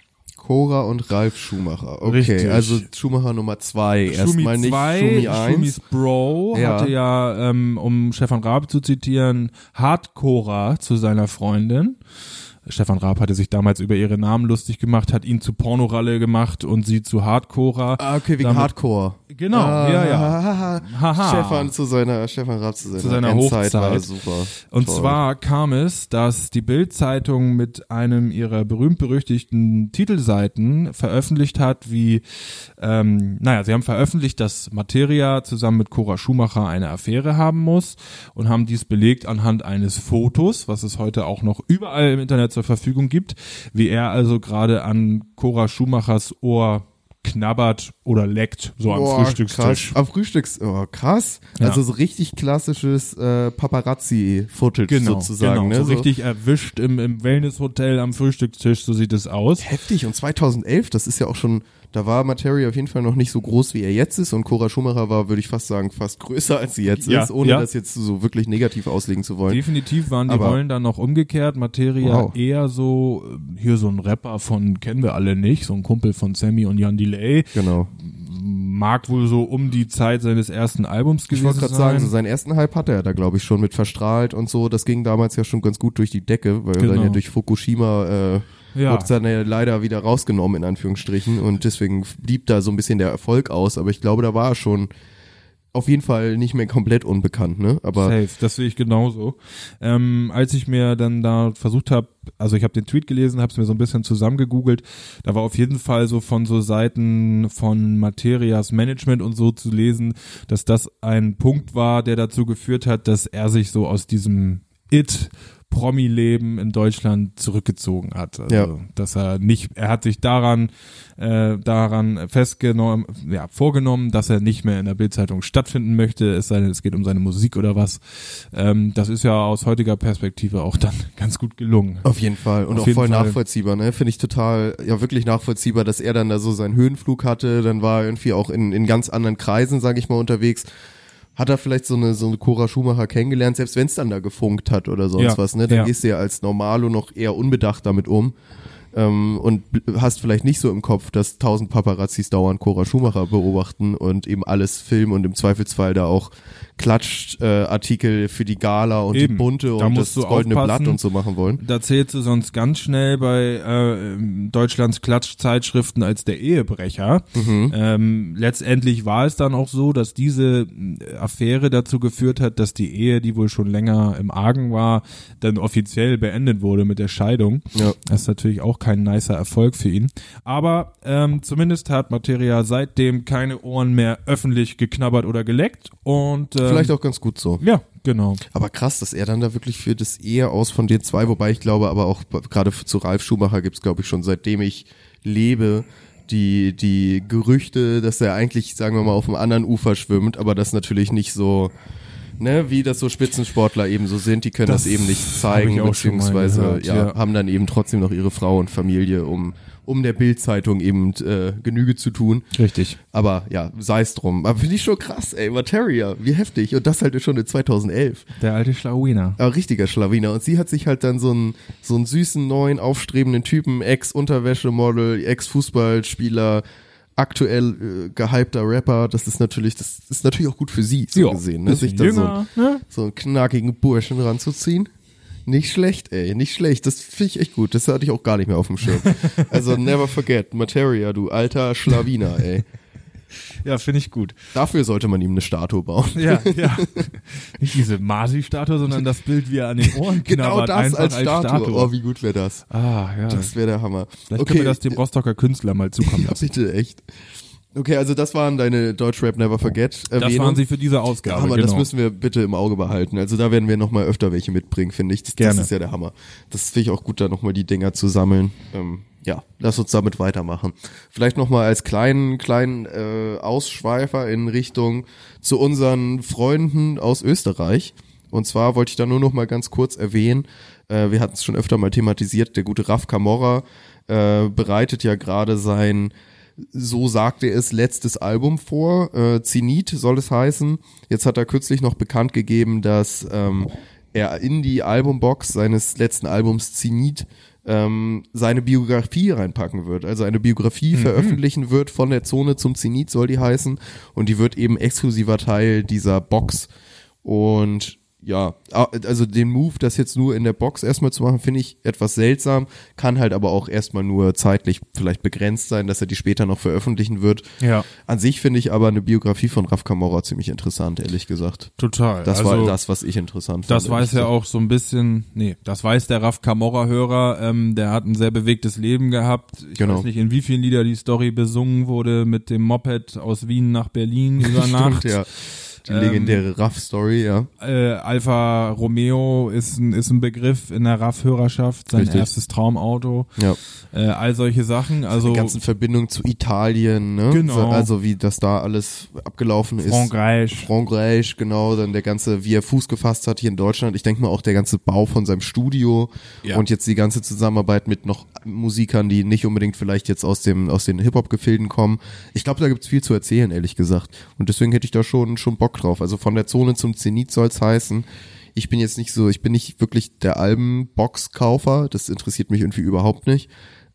Cora und Ralf Schumacher. Okay, Richtig. also Schumacher Nummer 2. Erstmal nicht Schumi 1. Schumis Bro hatte ja, um Stefan Raab zu zitieren, Hardcora zu seiner Freundin. Stefan Raab hatte sich damals über ihre Namen lustig gemacht, hat ihn zu Pornoralle gemacht und sie zu Hardcora. Ah, okay, wegen Hardcore. Genau, ja. Stefan Raab zu seiner Hochzeit war super. Und toll. zwar kam es, dass die Bild-Zeitung mit einem ihrer berühmt-berüchtigten Titelseiten veröffentlicht hat, sie haben veröffentlicht, dass Materia zusammen mit Cora Schumacher eine Affäre haben muss und haben dies belegt anhand eines Fotos, was es heute auch noch überall im Internet zur Verfügung gibt, wie er also gerade an Cora Schumachers Ohr knabbert oder leckt, so am Frühstückstisch. Krass. Ja. Also so richtig klassisches Paparazzi-Footage sozusagen. Genau, Ne? so richtig erwischt im Wellness-Hotel am Frühstückstisch, so sieht es aus. Heftig. Und 2011, das ist ja auch schon, da war Materia auf jeden Fall noch nicht so groß, wie er jetzt ist. Und Cora Schumacher war, würde ich fast sagen, fast größer, als sie jetzt ist, ohne das jetzt so wirklich negativ auslegen zu wollen. Definitiv waren die Rollen dann noch umgekehrt. Materia eher so, hier so ein Rapper kennen wir alle nicht, so ein Kumpel von Sammy und Jan Delay. Genau. Mag wohl so um die Zeit seines ersten Albums gewesen sein. Ich wollte gerade sagen, so seinen ersten Hype hatte er da, glaube ich, schon mit Verstrahlt und so. Das ging damals ja schon ganz gut durch die Decke, weil dann ja durch Fukushima wurde es dann ja leider wieder rausgenommen, in Anführungsstrichen. Und deswegen blieb da so ein bisschen der Erfolg aus. Aber ich glaube, da war er schon auf jeden Fall nicht mehr komplett unbekannt, ne? Aber safe, das sehe ich genauso. Als ich mir dann da versucht habe, also ich habe den Tweet gelesen, habe es mir so ein bisschen zusammengegoogelt, da war auf jeden Fall so von so Seiten von Materias Management und so zu lesen, dass das ein Punkt war, der dazu geführt hat, dass er sich so aus diesem Promi-Leben in Deutschland zurückgezogen hat. Also, dass er hat sich daran vorgenommen, dass er nicht mehr in der Bild-Zeitung stattfinden möchte, es sei denn, es geht um seine Musik oder was. Das ist ja aus heutiger Perspektive auch dann ganz gut gelungen. Auf jeden Fall. Und auch voll nachvollziehbar, ne? Finde ich total, wirklich nachvollziehbar, dass er dann da so seinen Höhenflug hatte. Dann war er irgendwie auch in ganz anderen Kreisen, sage ich mal, unterwegs. Hat er vielleicht so eine Cora Schumacher kennengelernt, selbst wenn es dann da gefunkt hat oder sonst was, ne? Dann gehst du ja als Normalo noch eher unbedacht damit um. Und hast vielleicht nicht so im Kopf, dass 1000 Paparazzis dauernd Cora Schumacher beobachten und eben alles filmen und im Zweifelsfall da auch Klatschartikel für die Gala und die Bunte und das Goldene Blatt und so machen wollen. Da zählst du sonst ganz schnell bei Deutschlands Klatschzeitschriften als der Ehebrecher. Letztendlich war es dann auch so, dass diese Affäre dazu geführt hat, dass die Ehe, die wohl schon länger im Argen war, dann offiziell beendet wurde mit der Scheidung. Ja. Das ist natürlich auch kein nicer Erfolg für ihn. Aber zumindest hat Materia seitdem keine Ohren mehr öffentlich geknabbert oder geleckt und vielleicht auch ganz gut so. Ja, genau. Aber krass, dass er dann da wirklich für das Ehe aus von den zwei, wobei ich glaube, aber auch gerade zu Ralf Schumacher gibt's, glaube ich, schon seitdem ich lebe, die Gerüchte, dass er eigentlich, sagen wir mal, auf einem anderen Ufer schwimmt, aber das natürlich nicht so, ne, wie das so Spitzensportler eben so sind, die können das eben nicht zeigen, beziehungsweise gehört, haben dann eben trotzdem noch ihre Frau und Familie, um der Bild-Zeitung eben Genüge zu tun. Richtig. Aber ja, sei es drum. Aber finde ich schon krass, ey, Materia, wie heftig. Und das halt schon in 2011. Der alte Schlawiner. Aber richtiger Schlawiner. Und sie hat sich halt dann so einen süßen, neuen, aufstrebenden Typen, Ex-Unterwäschemodel, Ex-Fußballspieler, aktuell gehypter Rapper, das ist natürlich auch gut für sie, so gesehen, ne? Sich da so einen knackigen Burschen ranzuziehen. Nicht schlecht, ey, nicht schlecht. Das finde ich echt gut. Das hatte ich auch gar nicht mehr auf dem Schirm. Also never forget, Materia, du alter Schlawiner, ey. Ja, finde ich gut. Dafür sollte man ihm eine Statue bauen. Ja. Nicht diese Masi-Statue, sondern das Bild, wie er an den Ohren genau knabbert. Das als Statue. Oh, wie gut wäre das. Ah, ja. Das wäre der Hammer. Vielleicht können wir das dem Rostocker Künstler mal zukommen lassen. Ja, bitte, echt. Okay, also das waren deine Deutschrap Never Forget Erwähnung. Das waren sie für diese Ausgabe, Hammer, das müssen wir bitte im Auge behalten. Also da werden wir nochmal öfter welche mitbringen, finde ich. Das ist ja der Hammer. Das finde ich auch gut, da nochmal die Dinger zu sammeln. Ja, lass uns damit weitermachen. Vielleicht nochmal als kleinen Ausschweifer in Richtung zu unseren Freunden aus Österreich. Und zwar wollte ich da nur nochmal ganz kurz erwähnen, wir hatten es schon öfter mal thematisiert, der gute Raf Camorra bereitet ja gerade sein, so sagt er es, letztes Album vor. Zenit soll es heißen. Jetzt hat er kürzlich noch bekannt gegeben, dass er in die Albumbox seines letzten Albums Zenit seine Biografie reinpacken wird. Also eine Biografie veröffentlichen wird von der Zone zum Zenit, soll die heißen. Und die wird eben exklusiver Teil dieser Box. Und ja, also den Move, das jetzt nur in der Box erstmal zu machen, finde ich etwas seltsam, kann halt aber auch erstmal nur zeitlich vielleicht begrenzt sein, dass er die später noch veröffentlichen wird. Ja. An sich finde ich aber eine Biografie von Raf Camorra ziemlich interessant, ehrlich gesagt. Total. Das also, war das, was ich interessant fand. Das weiß ja auch so ein bisschen, das weiß der Raf Camorra-Hörer, der hat ein sehr bewegtes Leben gehabt. Ich weiß nicht, in wie vielen Lieder die Story besungen wurde mit dem Moped aus Wien nach Berlin über Nacht. Ja. Die legendäre Raff-Story, ja. Alfa Romeo ist ein Begriff in der Raff-Hörerschaft, sein erstes Traumauto. Ja. All solche Sachen. Also die ganzen Verbindungen zu Italien, ne? Genau. Also wie das da alles abgelaufen ist. Frankreich, genau. Dann der ganze, wie er Fuß gefasst hat hier in Deutschland. Ich denke mal auch der ganze Bau von seinem Studio und jetzt die ganze Zusammenarbeit mit noch Musikern, die nicht unbedingt vielleicht jetzt aus den Hip-Hop-Gefilden kommen. Ich glaube, da gibt's viel zu erzählen, ehrlich gesagt. Und deswegen hätte ich da schon Bock drauf. Also von der Zone zum Zenit soll's heißen. Ich bin nicht wirklich der Albenbox-Kaufer. Das interessiert mich irgendwie überhaupt nicht.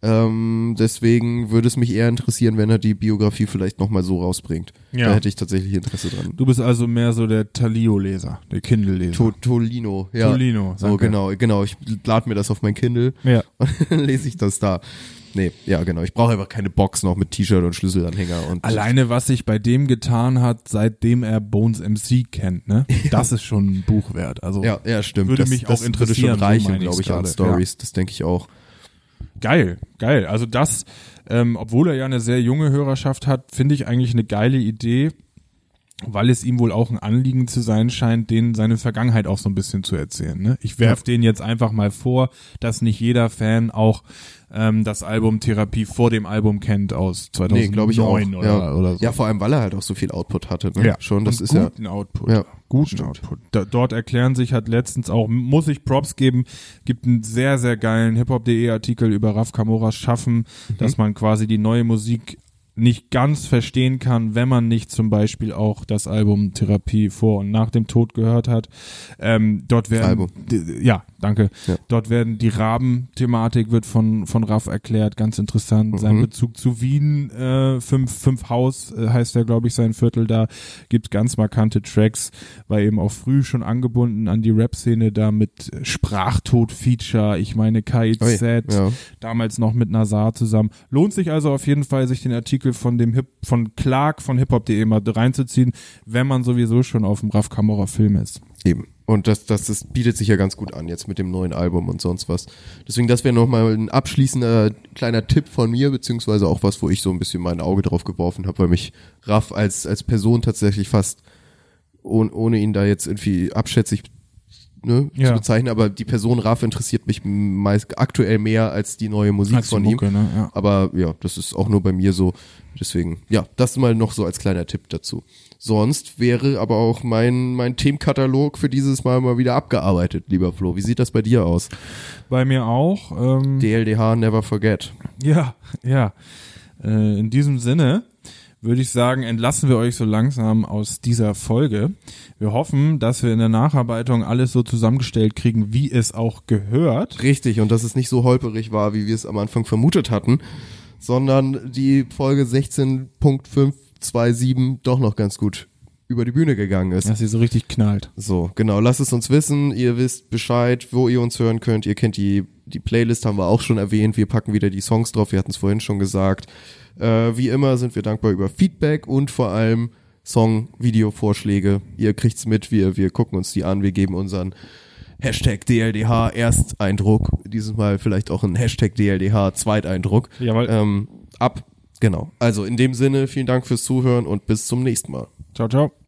Deswegen würde es mich eher interessieren, wenn er die Biografie vielleicht nochmal so rausbringt. Ja. Da hätte ich tatsächlich Interesse dran. Du bist also mehr so der Talio-Leser, der Kindle-Leser. Tolino, ja. Tolino, so genau. Ich lade mir das auf mein Kindle und dann lese ich das da. Nee, ja genau. Ich brauche einfach keine Box noch mit T-Shirt und Schlüsselanhänger. Und alleine, was sich bei dem getan hat, seitdem er Bones MC kennt, ne? Das ist schon ein Buch wert. Also ja, stimmt. Würde mich auch interessieren. Würde schon reichen, glaube ich, an Stories. Ja. Das denke ich auch. Geil. Also das, obwohl er ja eine sehr junge Hörerschaft hat, finde ich eigentlich eine geile Idee, weil es ihm wohl auch ein Anliegen zu sein scheint, denen seine Vergangenheit auch so ein bisschen zu erzählen. Ne? Ich werf denen jetzt einfach mal vor, dass nicht jeder Fan auch das Album Therapie vor dem Album kennt aus 2009 glaube ich auch. Oder so. Ja, vor allem, weil er halt auch so viel Output hatte. Ne? Ja, schon, das und ist guten Output. Ja, guten Output. Dort erklären sich, hat letztens auch, muss ich Props geben, gibt einen sehr, sehr geilen hiphop.de Artikel über Raf Camorras Schaffen, dass man quasi die neue Musik nicht ganz verstehen kann, wenn man nicht zum Beispiel auch das Album Therapie vor und nach dem Tod gehört hat. Dort werden, danke. Ja. Dort werden die Raben-Thematik wird von Raff erklärt, ganz interessant. Sein Bezug zu Wien, 5 Haus heißt ja, glaube ich, sein Viertel da, gibt ganz markante Tracks, war eben auch früh schon angebunden an die Rap-Szene da mit Sprachtod-Feature, ich meine KIZ, damals noch mit Nazar zusammen. Lohnt sich also auf jeden Fall, sich den Artikel von Clark von hiphop.de mal reinzuziehen, wenn man sowieso schon auf dem Raf Camorra Film ist. Eben. Und das bietet sich ja ganz gut an jetzt mit dem neuen Album und sonst was. Deswegen, das wäre nochmal ein abschließender kleiner Tipp von mir, beziehungsweise auch was, wo ich so ein bisschen mein Auge drauf geworfen habe, weil mich Raf als Person tatsächlich fast, ohne ihn da jetzt irgendwie abschätzig zu bezeichnen, aber die Person Raf interessiert mich meist aktuell mehr als die neue Musik als von Mucke, ihm. Ne? Ja. Aber ja, das ist auch nur bei mir so. Deswegen, ja, das mal noch so als kleiner Tipp dazu. Sonst wäre aber auch mein Themenkatalog für dieses Mal wieder abgearbeitet, lieber Flo. Wie sieht das bei dir aus? Bei mir auch. DLDH Never Forget. Ja. In diesem Sinne würde ich sagen, entlassen wir euch so langsam aus dieser Folge. Wir hoffen, dass wir in der Nacharbeitung alles so zusammengestellt kriegen, wie es auch gehört. Richtig, und dass es nicht so holperig war, wie wir es am Anfang vermutet hatten, sondern die Folge 16.527 doch noch ganz gut über die Bühne gegangen ist. Dass sie so richtig knallt. So, genau, lasst es uns wissen. Ihr wisst Bescheid, wo ihr uns hören könnt. Ihr kennt die Playlist, haben wir auch schon erwähnt. Wir packen wieder die Songs drauf, wir hatten es vorhin schon gesagt. Wie immer sind wir dankbar über Feedback und vor allem Song-Video-Vorschläge. Ihr kriegt's mit, wir gucken uns die an, wir geben unseren Hashtag DLDH Ersteindruck, dieses Mal vielleicht auch ein Hashtag DLDH Zweiteindruck ab. Genau. Also in dem Sinne, vielen Dank fürs Zuhören und bis zum nächsten Mal. Ciao, ciao.